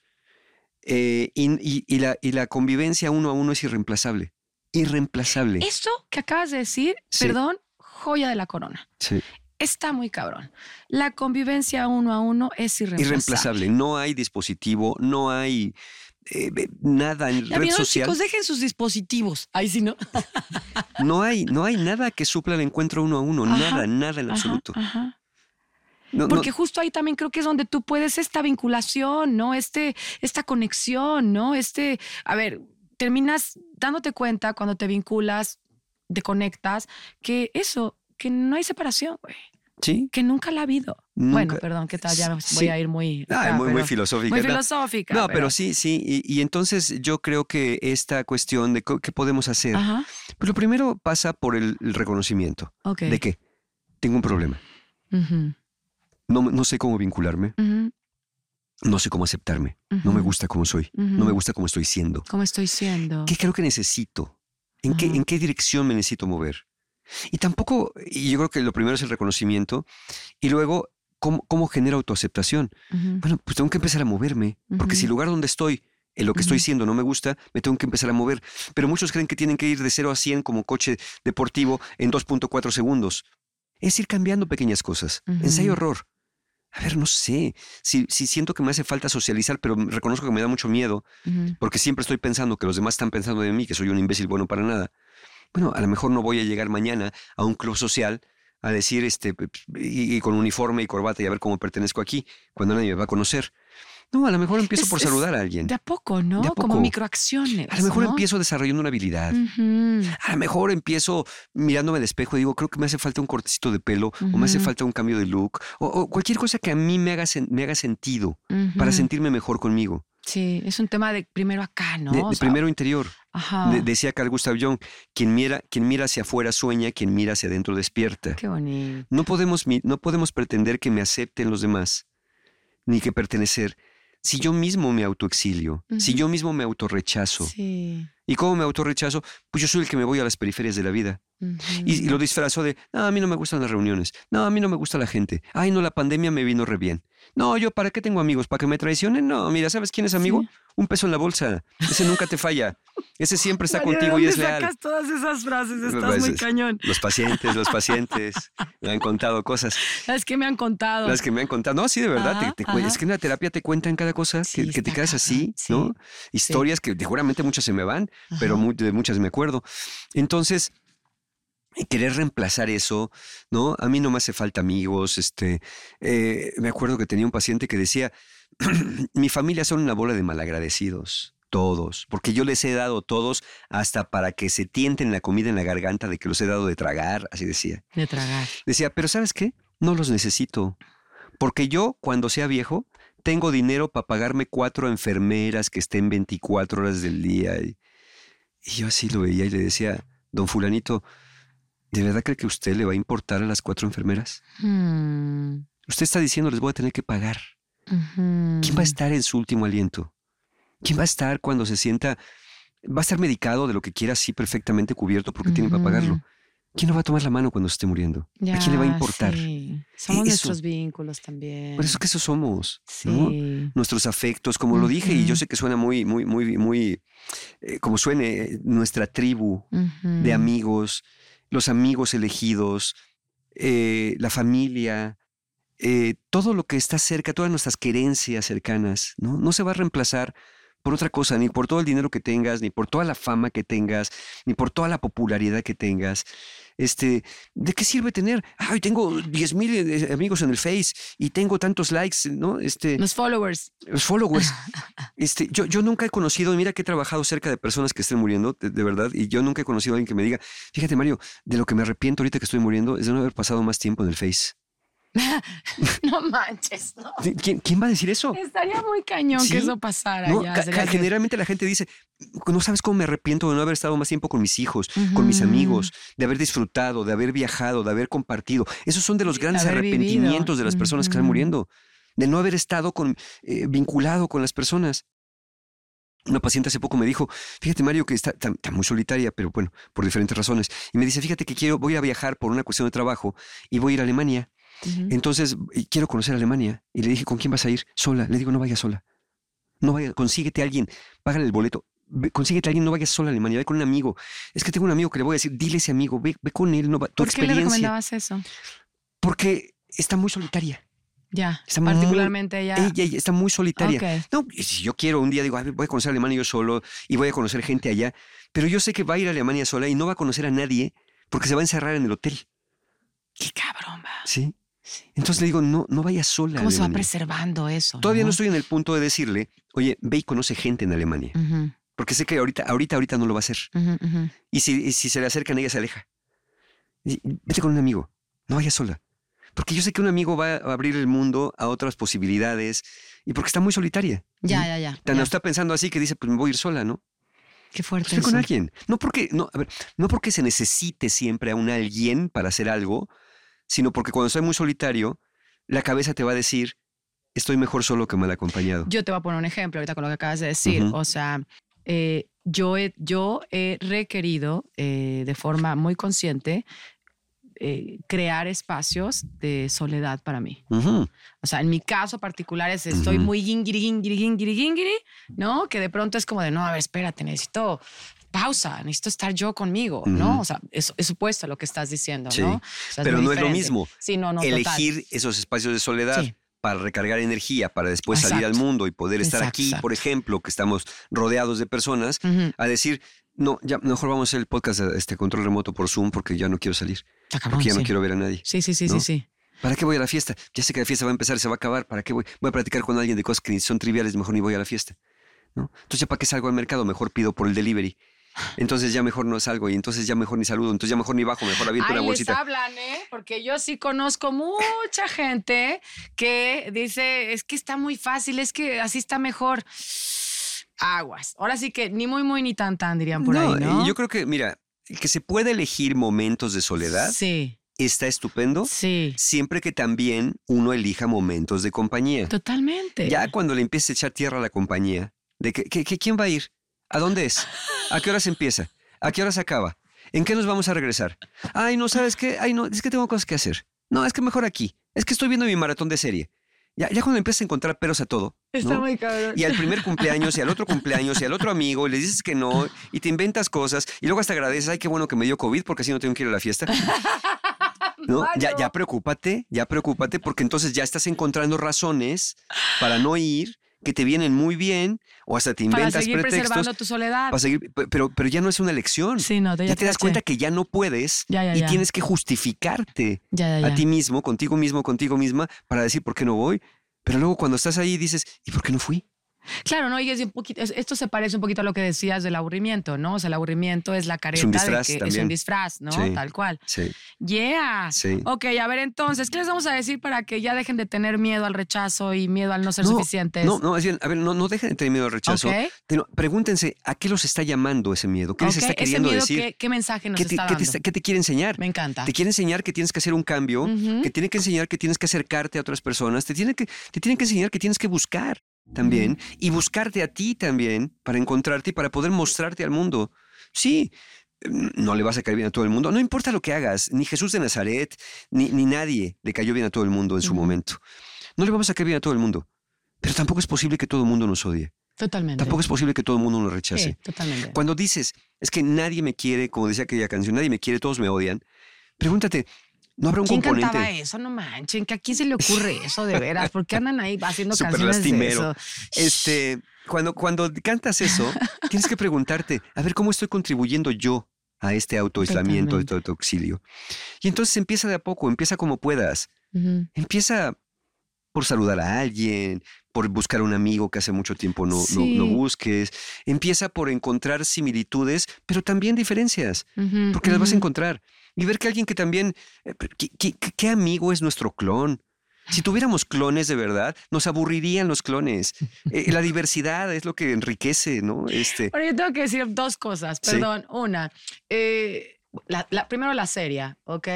Y la convivencia uno a uno es irreemplazable. Irreemplazable. Eso que acabas de decir, perdón, joya de la corona. Sí. Está muy cabrón. La convivencia uno a uno es irreemplazable. No hay dispositivo, no hay nada en red social. Chicos, dejen sus dispositivos. Ahí sí, ¿no? No hay nada que supla el encuentro uno a uno. Nada en absoluto. Porque justo ahí también creo que es donde tú puedes esta vinculación, ¿no? Esta conexión, ¿no? A ver, terminas dándote cuenta cuando te vinculas, te conectas, que no hay separación, güey. Sí. Que nunca la ha habido. Nunca. Bueno, perdón, ¿qué tal? Ya voy a ir muy... muy filosófica. Muy filosófica. No, pero sí. Y entonces yo creo que esta cuestión de qué podemos hacer, pues lo primero pasa por el reconocimiento. Okay. ¿De qué? Tengo un problema. No sé cómo vincularme. No sé cómo aceptarme. No me gusta cómo soy. No me gusta cómo estoy siendo. ¿Cómo estoy siendo? ¿Qué creo que necesito? ¿En qué dirección me necesito mover? Y yo creo que lo primero es el reconocimiento y luego, ¿cómo genera autoaceptación? Bueno, pues tengo que empezar a moverme, porque si el lugar donde estoy, en lo que estoy siendo no me gusta, me tengo que empezar a mover. Pero muchos creen que tienen que ir de 0 a 100 como coche deportivo en 2.4 segundos. Es ir cambiando pequeñas cosas. Ensayo-error. A ver, no sé, si siento que me hace falta socializar, pero reconozco que me da mucho miedo, porque siempre estoy pensando que los demás están pensando de mí, que soy un imbécil bueno para nada. Bueno, a lo mejor no voy a llegar mañana a un club social a decir, y con uniforme y corbata y a ver cómo pertenezco aquí, cuando nadie me va a conocer. No, a lo mejor empiezo por saludar a alguien. De a poco, ¿no? De a poco. Como microacciones. A lo mejor ¿no? empiezo desarrollando una habilidad. A lo mejor empiezo mirándome al espejo y digo, creo que me hace falta un cortecito de pelo o me hace falta un cambio de look o cualquier cosa que a mí me haga sentido para sentirme mejor conmigo. Sí, es un tema de primero acá, ¿no? De primero interior. Ajá. Decía Carl Gustav Jung, quien mira hacia afuera sueña, quien mira hacia adentro despierta. Qué bonito. No podemos pretender que me acepten los demás, ni que pertenecer, si yo mismo me autoexilio, si yo mismo me autorrechazo. Sí. ¿Y cómo me autorrechazo? Pues yo soy el que me voy a las periferias de la vida. Y lo disfrazo de, no, a mí no me gustan las reuniones. No, a mí no me gusta la gente. Ay, no, la pandemia me vino re bien. No, yo, ¿para qué tengo amigos? ¿Para que me traicionen? No, mira, ¿sabes quién es amigo? Sí. Un peso en la bolsa. Ese nunca te falla. Ese siempre está contigo y es leal. ¿Dónde sacas todas esas frases? Estás muy cañón. Los pacientes me han contado cosas. Las que me han contado. No, sí, de verdad. Es que en la terapia te cuentan cada cosa que te quedas así, ¿no? Historias que seguramente muchas se me van, pero de muchas me acuerdo. Entonces, querer reemplazar eso, ¿no? A mí no me hace falta amigos. Me acuerdo que tenía un paciente que decía, mi familia son una bola de malagradecidos. Todos, porque yo les he dado todos hasta para que se tienten la comida en la garganta de que los he dado de tragar, así decía. De tragar. Decía, pero ¿sabes qué? No los necesito, porque yo cuando sea viejo tengo dinero para pagarme 4 enfermeras que estén 24 horas del día. Y yo así lo veía y le decía, don fulanito, ¿de verdad cree que a usted le va a importar a las 4 enfermeras? Usted está diciendo, les voy a tener que pagar. ¿Quién va a estar en su último aliento? ¿Quién va a estar cuando se sienta Va a estar medicado de lo que quiera, sí, perfectamente cubierto porque tiene para pagarlo. ¿Quién lo va a tomar la mano cuando se esté muriendo? ¿A quién le va a importar? Sí. Somos nuestros vínculos también. Por eso que eso somos, Sí. ¿no? Nuestros afectos, como lo dije, y yo sé que suena muy, como suene, nuestra tribu de amigos, los amigos elegidos, la familia, todo lo que está cerca, todas nuestras querencias cercanas, ¿no? No se va a reemplazar por otra cosa, ni por todo el dinero que tengas, ni por toda la fama que tengas, ni por toda la popularidad que tengas. ¿De qué sirve tener? Ay, tengo 10,000 amigos en el Face y tengo tantos likes, ¿no? Los followers. Los followers. Yo nunca he conocido, mira que he trabajado cerca de personas que estén muriendo, de verdad, y yo nunca he conocido a alguien que me diga, fíjate, Mario, de lo que me arrepiento ahorita que estoy muriendo es de no haber pasado más tiempo en el Face. No manches, ¿no? ¿Quién va a decir eso? Estaría muy cañón que eso pasara. No, ya. Generalmente la gente dice, no sabes cómo me arrepiento de no haber estado más tiempo con mis hijos, con mis amigos, de haber disfrutado, de haber viajado, de haber compartido. Esos son de los grandes arrepentimientos de las personas que están muriendo, de no haber estado vinculado con las personas. Una paciente hace poco me dijo, fíjate, Mario, que está muy solitaria, pero bueno, por diferentes razones. Y me dice, fíjate que voy a viajar por una cuestión de trabajo y voy a ir a Alemania. Entonces, quiero conocer Alemania. Y le dije, ¿con quién vas a ir? Sola. Le digo, no vayas sola. No vayas, consíguete a alguien, págale el boleto. Consíguete a alguien, no vayas sola a Alemania, ve con un amigo. Es que tengo un amigo que le voy a decir, dile a ese amigo, ve con él, tu ¿Por experiencia. qué le recomendabas eso? Porque está muy solitaria. Ya, particularmente ella. Ella está muy solitaria. Okay. No, si yo quiero un día, digo, voy a conocer Alemania yo solo y voy a conocer gente allá, pero yo sé que va a ir a Alemania sola y no va a conocer a nadie porque se va a encerrar en el hotel. Qué cabrón, va. Sí. Entonces le digo, no vayas sola. ¿Cómo se va preservando eso? Todavía no estoy en el punto de decirle, oye, ve y conoce gente en Alemania. Porque sé que ahorita no lo va a hacer. Y si se le acercan, ella se aleja. Vete con un amigo, no vayas sola. Porque yo sé que un amigo va a abrir el mundo a otras posibilidades y porque está muy solitaria. Ya. Está pensando así que dice, pues me voy a ir sola, ¿no? Qué fuerte. Estoy con alguien. No porque se necesite siempre a un alguien para hacer algo, sino porque cuando estoy muy solitario, la cabeza te va a decir, estoy mejor solo que mal acompañado. Yo te voy a poner un ejemplo ahorita con lo que acabas de decir. O sea, yo he requerido de forma muy consciente crear espacios de soledad para mí. O sea, en mi caso particular estoy muy guingiri, ¿no? Que de pronto es como de, no, a ver, espérate, necesito pausa, necesito estar yo conmigo, ¿no? O sea, es supuesto lo que estás diciendo, sí. ¿no? O sea, pero no es lo mismo. Sí, no, elegir total. esos espacios de soledad para recargar energía, para después salir al mundo y poder estar aquí, por ejemplo, que estamos rodeados de personas, a decir, no, ya mejor vamos a hacer el podcast control remoto por Zoom porque ya no quiero salir. Porque ya no quiero ver a nadie. Sí. ¿Para qué voy a la fiesta? Ya sé que la fiesta va a empezar, se va a acabar. ¿Para qué voy? Voy a platicar con alguien de cosas que son triviales, mejor ni voy a la fiesta, ¿no? Entonces ya para qué salgo al mercado, mejor pido por el delivery. Entonces ya mejor no salgo y entonces ya mejor ni saludo, entonces ya mejor ni bajo, mejor aviento una bolsita. Les hablan, porque yo sí conozco mucha gente que dice, es que está muy fácil, es que así está mejor. Aguas. Ahora sí que ni muy ni tan dirían por ahí, ¿no? Yo creo que, mira, que se puede elegir momentos de soledad. Sí. Está estupendo. Sí. Siempre que también uno elija momentos de compañía. Totalmente. Ya cuando le empiece a echar tierra a la compañía, de ¿quién va a ir? ¿A dónde es? ¿A qué hora se empieza? ¿A qué hora se acaba? ¿En qué nos vamos a regresar? Ay, no, ¿sabes qué? Ay, no, es que tengo cosas que hacer. No, es que mejor aquí. Es que estoy viendo mi maratón de serie. Ya cuando empiezas a encontrar peros a todo, ¿no? Está muy cabrón. Y al primer cumpleaños, y al otro cumpleaños, y al otro amigo, y le dices que no, y te inventas cosas, y luego hasta agradeces, ay, qué bueno que me dio COVID, porque así no tengo que ir a la fiesta. ¿No? Ya preocúpate, porque entonces ya estás encontrando razones para no ir, que te vienen muy bien, o hasta te inventas para seguir pretextos. Preservando tu soledad. Para seguir, pero ya no es una elección. Sí, no, ya te das cuenta que ya no puedes y tienes que justificarte a ti mismo, contigo misma, para decir por qué no voy. Pero luego cuando estás ahí dices, ¿y por qué no fui? Claro, ¿no? Y es un poquito, esto se parece un poquito a lo que decías del aburrimiento, ¿no? O sea, el aburrimiento es la careta es un disfraz, ¿no? Sí, tal cual. Sí. Yeah. Sí. Ok, a ver, entonces, ¿qué les vamos a decir para que ya dejen de tener miedo al rechazo y miedo al no ser suficientes? No, es bien, a ver, no dejen de tener miedo al rechazo. Okay. Pregúntense, ¿a qué los está llamando ese miedo? ¿Qué les está queriendo decir? ¿Qué mensaje nos está dando? ¿Qué te quiere enseñar? Me encanta. Te quiere enseñar que tienes que hacer un cambio, que tiene que enseñar que tienes que acercarte a otras personas, te tiene que enseñar que tienes que buscar. también y buscarte a ti también para encontrarte y para poder mostrarte al mundo. Sí, no le vas a caer bien a todo el mundo. No importa lo que hagas, ni Jesús de Nazaret, ni nadie le cayó bien a todo el mundo en su momento. No le vamos a caer bien a todo el mundo, pero tampoco es posible que todo el mundo nos odie. Totalmente. Tampoco es posible que todo el mundo nos rechace. Sí, totalmente. Cuando dices, es que nadie me quiere, como decía aquella canción, nadie me quiere, todos me odian, pregúntate, ¿no habrá un ¿Quién componente? cantaba eso? No manchen, ¿que a quién se le ocurre eso de veras? ¿Por qué andan ahí haciendo Súper canciones lastimero. de eso? Cuando cantas eso, tienes que preguntarte, a ver, ¿cómo estoy contribuyendo yo a este autoaislamiento, a este autoexilio? Y entonces empieza de a poco, empieza como puedas. Empieza por saludar a alguien, por buscar a un amigo que hace mucho tiempo no busques. Empieza por encontrar similitudes, pero también diferencias, porque las vas a encontrar. Y ver que alguien que también... ¿Qué amigo es nuestro clon? Si tuviéramos clones de verdad, nos aburrirían los clones. La diversidad es lo que enriquece, ¿no? Bueno, yo tengo que decir dos cosas, perdón. Sí. Una, primero la serie, ¿ok?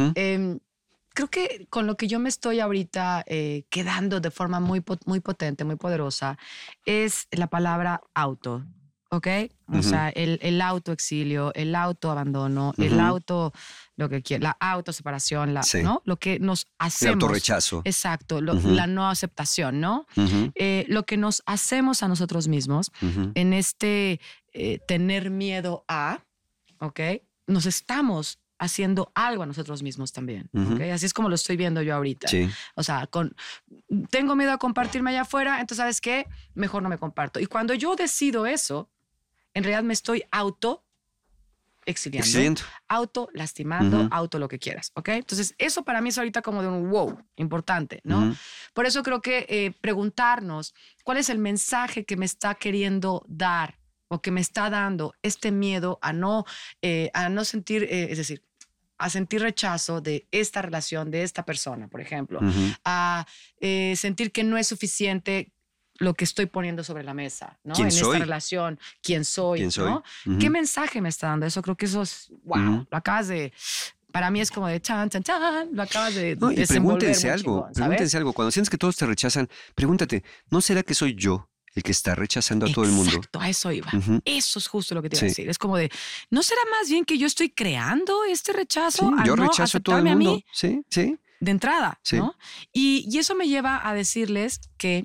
Creo que con lo que yo me estoy ahorita quedando de forma muy potente, muy poderosa, es la palabra auto, ¿ok? O sea, el autoexilio, el autoabandono, el auto, lo que quiera, la autoseparación, ¿no? Lo que nos hacemos. El autorrechazo. Exacto, la no aceptación, ¿no? Lo que nos hacemos a nosotros mismos en tener miedo a, ¿ok? Nos estamos haciendo algo a nosotros mismos también. ¿Okay? Así es como lo estoy viendo yo ahorita. Sí. O sea, tengo miedo a compartirme allá afuera, entonces, ¿sabes qué? Mejor no me comparto. Y cuando yo decido eso, en realidad me estoy exiliando, auto lastimando, auto lo que quieras, ¿ok? Entonces, eso para mí es ahorita como de un wow, importante, ¿no? Por eso creo que preguntarnos cuál es el mensaje que me está queriendo dar o que me está dando este miedo a no sentir, es decir, a sentir rechazo de esta relación, de esta persona, por ejemplo, a sentir que no es suficiente lo que estoy poniendo sobre la mesa, ¿no? En esta relación, quién soy, ¿no? ¿Qué mensaje me está dando? Eso creo que eso es, wow, lo acabas de... Para mí es como de chan, chan, chan, lo acabas de y pregúntense algo, pregúntense algo. Cuando sientes que todos te rechazan, pregúntate, ¿no será que soy yo el que está rechazando a todo el mundo? Exacto, a eso iba. Eso es justo lo que te iba a decir. Es como de, ¿no será más bien que yo estoy creando este rechazo? Sí, yo rechazo a todo el mundo. A mí? Sí. De entrada, ¿no? Y eso me lleva a decirles que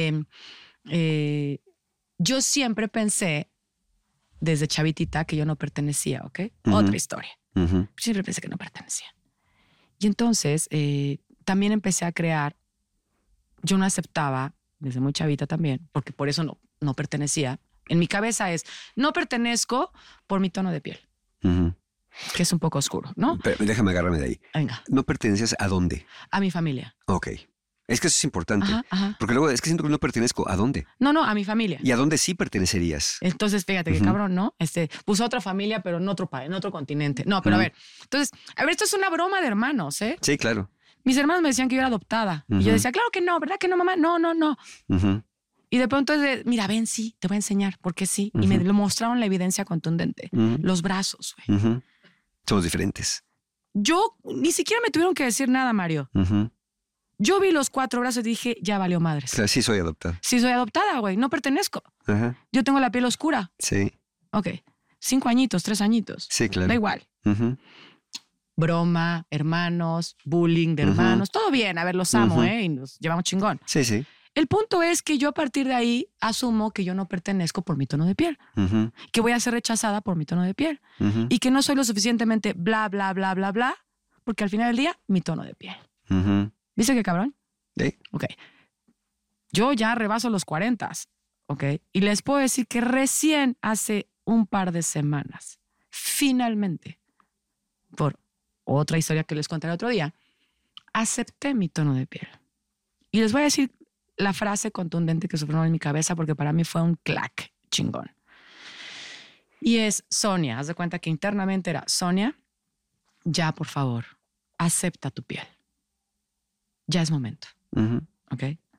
yo siempre pensé, desde chavitita, que yo no pertenecía, ¿ok? Otra historia. Siempre pensé que no pertenecía. Y entonces también empecé a crear, yo no aceptaba, desde muy chavita también, porque por eso no pertenecía. En mi cabeza es, no pertenezco por mi tono de piel, que es un poco oscuro, ¿no? Pero déjame agarrarme de ahí. Venga. ¿No perteneces a dónde? A mi familia. Ok. Es que eso es importante. Porque luego es que siento que no pertenezco. ¿A dónde? No, a mi familia. ¿Y a dónde sí pertenecerías? Entonces, fíjate que cabrón, ¿no? Puso otra familia, pero en otro país, en otro continente. No, pero a ver. Entonces, esto es una broma de hermanos, ¿eh? Sí, claro. Mis hermanos me decían que yo era adoptada. Y yo decía, claro que no, ¿verdad que no, mamá? No. Y de pronto, mira, ven, sí, te voy a enseñar por qué sí. Y me lo mostraron la evidencia contundente. Los brazos, güey. Somos diferentes. Yo, ni siquiera me tuvieron que decir nada, Mario. Yo vi los 4 brazos y dije, ya valió madres. Claro, sí soy adoptada. Sí soy adoptada, güey. No pertenezco. Yo tengo la piel oscura. Sí. Ok. 5 añitos, 3 añitos. Sí, claro. Da igual. Broma, hermanos, bullying de hermanos. Todo bien. A ver, los amo, y nos llevamos chingón. Sí. El punto es que yo a partir de ahí asumo que yo no pertenezco por mi tono de piel. Que voy a ser rechazada por mi tono de piel. Y que no soy lo suficientemente bla, bla, bla, bla, bla. Porque al final del día, mi tono de piel. ¿Viste qué cabrón? Sí. Ok. Yo ya rebaso los 40, ¿ok? Y les puedo decir que recién hace un par de semanas, finalmente, por otra historia que les contaré otro día, acepté mi tono de piel. Y les voy a decir la frase contundente que sufrió en mi cabeza porque para mí fue un clac chingón. Y es, Sonia, haz de cuenta que internamente era, Sonia, ya por favor, acepta tu piel. Ya es momento. ¿Ok?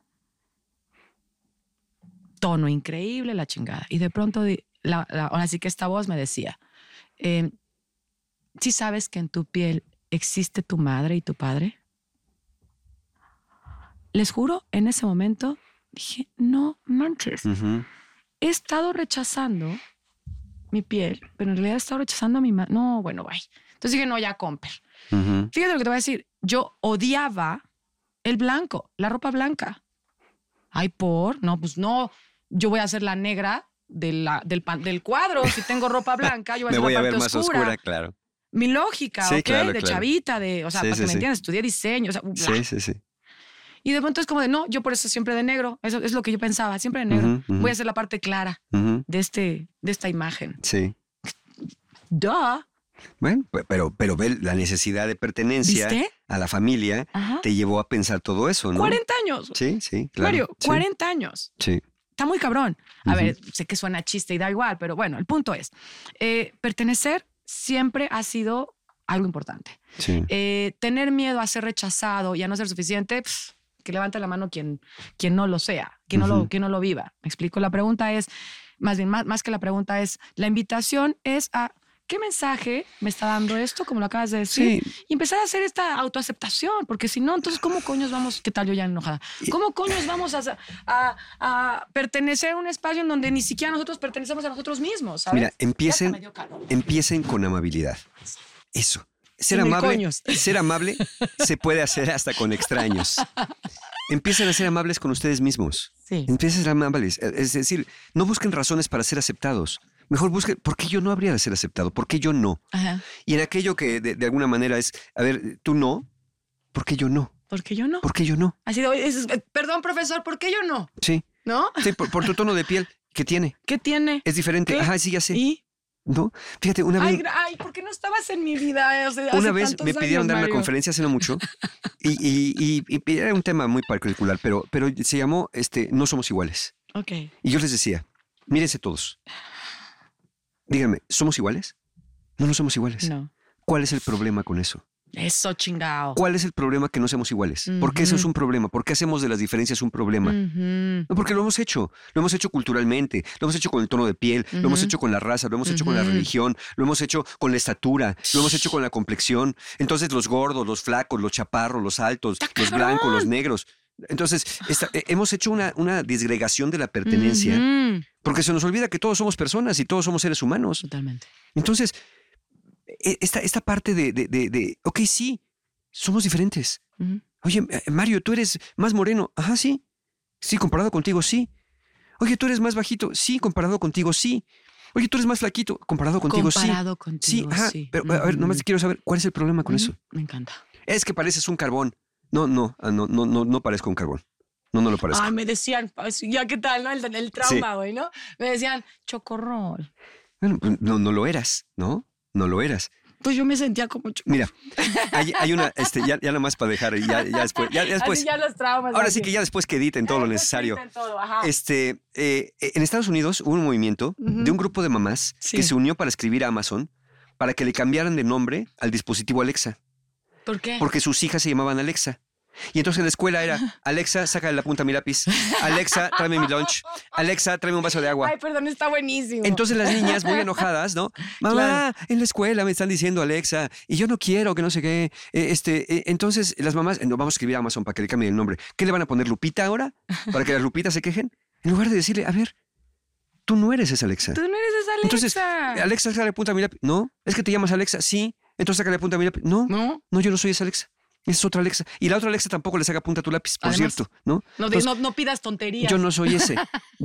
Tono increíble, la chingada. Y de pronto, ahora sí que esta voz me decía, ¿sí sabes que en tu piel existe tu madre y tu padre? Les juro, en ese momento Dije, no manches. He estado rechazando mi piel, pero en realidad he estado rechazando a mi madre. No, bueno, bye. Entonces dije, no, ya Comper. Fíjate lo que te voy a decir. Yo odiaba el blanco, la ropa blanca. Ay, no, pues no. Yo voy a ser la negra del cuadro. Si tengo ropa blanca, yo voy a ser me voy la a parte ver más oscura, claro. Mi lógica, sí, ¿ok? Claro, de claro. Chavita, o sea, para que me entiendas, estudié diseño, o sea, Sí. Y de pronto es como de, no, yo por eso siempre de negro. Eso es lo que yo pensaba, siempre de negro. Voy a hacer la parte clara de esta imagen. Sí. Duh. Bueno, pero ve, la necesidad de pertenencia ¿Viste? a la familia te llevó a pensar todo eso, ¿no? 40 años. Sí, claro. Mario, 40 años. Sí. Está muy cabrón. A ver, sé que suena chiste y da igual, pero bueno, el punto es, pertenecer siempre ha sido algo importante. Sí. Tener miedo a ser rechazado y a no ser suficiente, que levante la mano quien no lo sea, quien no lo viva. ¿Me explico? La pregunta es, más que la pregunta es, la invitación es a ¿qué mensaje me está dando esto, como lo acabas de decir? Sí. Y empezar a hacer esta autoaceptación, porque si no, entonces, ¿cómo coños vamos? ¿Qué tal yo ya enojada? ¿Cómo coños vamos a pertenecer a un espacio en donde ni siquiera nosotros pertenecemos a nosotros mismos? ¿Sabes? Mira, empiecen con amabilidad. Eso. Ser amable se puede hacer hasta con extraños. Empiecen a ser amables con ustedes mismos. Sí. Empiecen a ser amables. Es decir, no busquen razones para ser aceptados. Mejor busquen, ¿por qué yo no habría de ser aceptado? ¿Por qué yo no? Ajá. Y en aquello que de alguna manera es, a ver, tú no, ¿por qué yo no? ¿Por qué yo no? ¿Por qué yo no? Así perdón, profesor, ¿por qué yo no? Sí. ¿No? Sí, por tu tono de piel. ¿Qué tiene? ¿Qué tiene? Es diferente. ¿Qué? Ajá, sí, ya sé. ¿Y? ¿No? Fíjate, una vez... Ay, ¿por qué no estabas en mi vida? Una vez me pidieron dar una conferencia hace no mucho y era un tema muy particular, pero se llamó No somos iguales. Ok. Y yo les decía, mírense todos. Díganme, ¿somos iguales? No somos iguales. No. ¿Cuál es el problema con eso? Eso, chingao. ¿Cuál es el problema que no seamos iguales? ¿Por qué eso es un problema? ¿Por qué hacemos de las diferencias un problema? No, porque lo hemos hecho. Lo hemos hecho culturalmente, lo hemos hecho con el tono de piel, lo hemos hecho con la raza, lo hemos hecho con la religión, lo hemos hecho con la estatura, lo hemos hecho con la complexión. Entonces los gordos, los flacos, los chaparros, los altos, los blancos, los negros. Entonces hemos hecho una disgregación de la pertenencia porque se nos olvida que todos somos personas y todos somos seres humanos. Totalmente. Entonces, esta parte de ok, sí, somos diferentes. Oye, Mario, tú eres más moreno. Ajá, sí. Sí, comparado contigo, sí. Oye, tú eres más bajito. Sí, comparado contigo, sí. Oye, tú eres más flaquito. Comparado contigo, sí. Comparado contigo, sí. Ajá, sí. Pero, a ver, nomás quiero saber, ¿cuál es el problema con eso? Me encanta. Es que pareces un carbón. No parezco un carbón. No lo parezco. Ay, me decían, ya qué tal, ¿no? El trauma, güey, ¿no? Me decían, chocorrol. Bueno, pues, no lo eras, ¿no? No lo eras. Pues yo me sentía como chocorrol. Mira, hay una, ya nada más para dejar, ya después. Así ya los traumas. Ahora así. sí que ya después que editen todo lo necesario. Todo, ajá. En Estados Unidos hubo un movimiento de un grupo de mamás que se unió para escribir a Amazon para que le cambiaran de nombre al dispositivo Alexa. ¿Por qué? Porque sus hijas se llamaban Alexa. Y entonces en la escuela era, Alexa, sácale la punta a mi lápiz. Alexa, tráeme mi lunch. Alexa, tráeme un vaso de agua. Ay, perdón, está buenísimo. Entonces las niñas muy enojadas, ¿no? Mamá, claro, en la escuela me están diciendo Alexa y yo no quiero, que no sé qué. Entonces las mamás, no, vamos a escribir a Amazon para que le cambie el nombre. ¿Qué le van a poner, Lupita ahora? ¿Para que las Lupitas se quejen? En lugar de decirle, a ver, tú no eres esa Alexa. Tú no eres esa Alexa. Entonces, Alexa, sácale la punta a mi lápiz. No, es que te llamas Alexa. Sí, entonces sácale la punta a mi lápiz. No, yo no soy esa Alexa. Esa es otra Alexa. Y la otra Alexa tampoco le saca punta a tu lápiz, por además, cierto, ¿no? Entonces, no pidas tonterías. Yo no soy ese.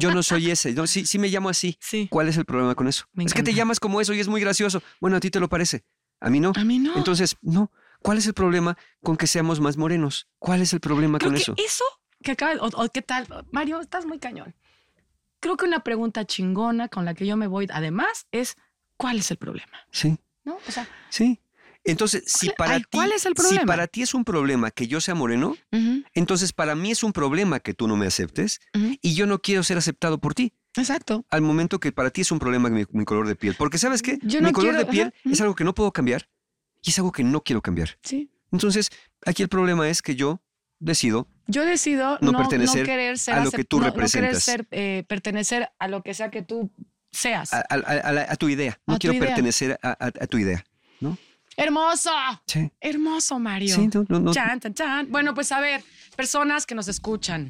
No, sí me llamo así. Sí. ¿Cuál es el problema con eso? Es que te llamas como eso y es muy gracioso. Bueno, a ti te lo parece. A mí no. A mí no. Entonces, no. ¿Cuál es el problema con que seamos más morenos? ¿Cuál es el problema Creo con que eso? Eso que acabas, o qué tal, Mario, estás muy cañón. Creo que una pregunta chingona con la que yo me voy, además, es ¿cuál es el problema? Sí. ¿No? O sea, sí. Entonces, si para ti es un problema que yo sea moreno, entonces para mí es un problema que tú no me aceptes y yo no quiero ser aceptado por ti. Exacto. Al momento que para ti es un problema mi color de piel. Porque ¿sabes qué? Mi color de piel es algo que no puedo cambiar y es algo que no quiero cambiar. Sí. Entonces, aquí el problema es que yo decido no pertenecer querer ser a lo que tú representas. No querer pertenecer a lo que sea que tú seas. A tu idea. No quiero pertenecer a tu idea, ¿no? ¡Hermoso! Sí. Hermoso, Mario. Sí, no. Chan, chan, chan. Bueno, pues a ver, personas que nos escuchan,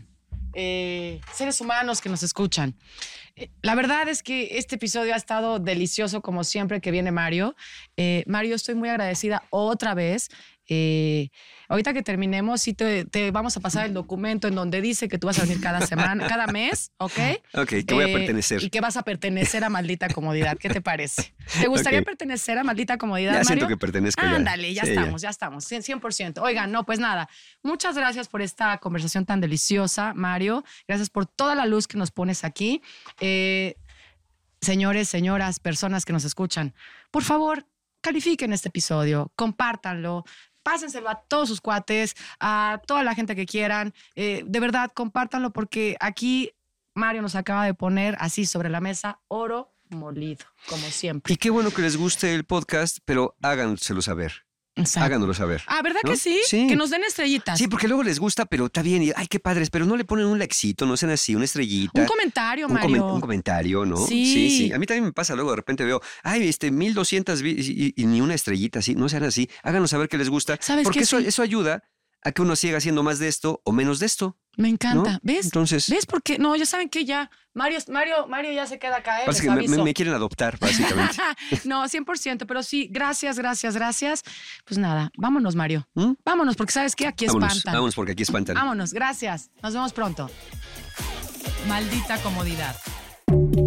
seres humanos que nos escuchan. La verdad es que este episodio ha estado delicioso como siempre que viene Mario. Mario, estoy muy agradecida otra vez. Ahorita que terminemos, sí te vamos a pasar el documento en donde dice que tú vas a venir cada semana, cada mes, ¿ok? Ok, que voy a pertenecer. Y que vas a pertenecer a Maldita Comodidad. ¿Qué te parece? ¿Te gustaría pertenecer a Maldita Comodidad, Ya Mario? siento que pertenezco ya. Ándale, ya Sí, estamos, 100%. Oigan, no, pues nada, muchas gracias por esta conversación tan deliciosa, Mario. Gracias por toda la luz que nos pones aquí. Señores, señoras, personas que nos escuchan, por favor, califiquen este episodio, compártanlo, pásenselo a todos sus cuates, a toda la gente que quieran. De verdad, compártanlo porque aquí Mario nos acaba de poner así sobre la mesa oro molido, como siempre. Y qué bueno que les guste el podcast, pero háganselo saber. Exacto. Háganoslo saber. Ah, ¿verdad ¿no? que sí? Sí. Que nos den estrellitas. Sí, porque luego les gusta, pero está bien. Y, ay, qué padres, pero no le ponen un likecito, no sean así, una estrellita. Un comentario, Mario. Un comentario, ¿no? Sí. Sí. A mí también me pasa, luego de repente veo, ay, 1200 y ni una estrellita, así, no sean así. Háganos saber qué les gusta. ¿Sabes porque qué? eso ayuda a que uno siga haciendo más de esto o menos de esto. Me encanta. ¿No? ¿Ves? Entonces, ¿Ves? Porque no, ya saben que ya Mario ya se queda acá. parece Les que aviso. me quieren adoptar, básicamente. No, 100%, pero sí, gracias. Pues nada, vámonos, Mario. ¿Mm? Vámonos, porque ¿sabes qué? Aquí espantan. Vámonos, porque aquí espantan. Vámonos, gracias. Nos vemos pronto. Maldita Comodidad.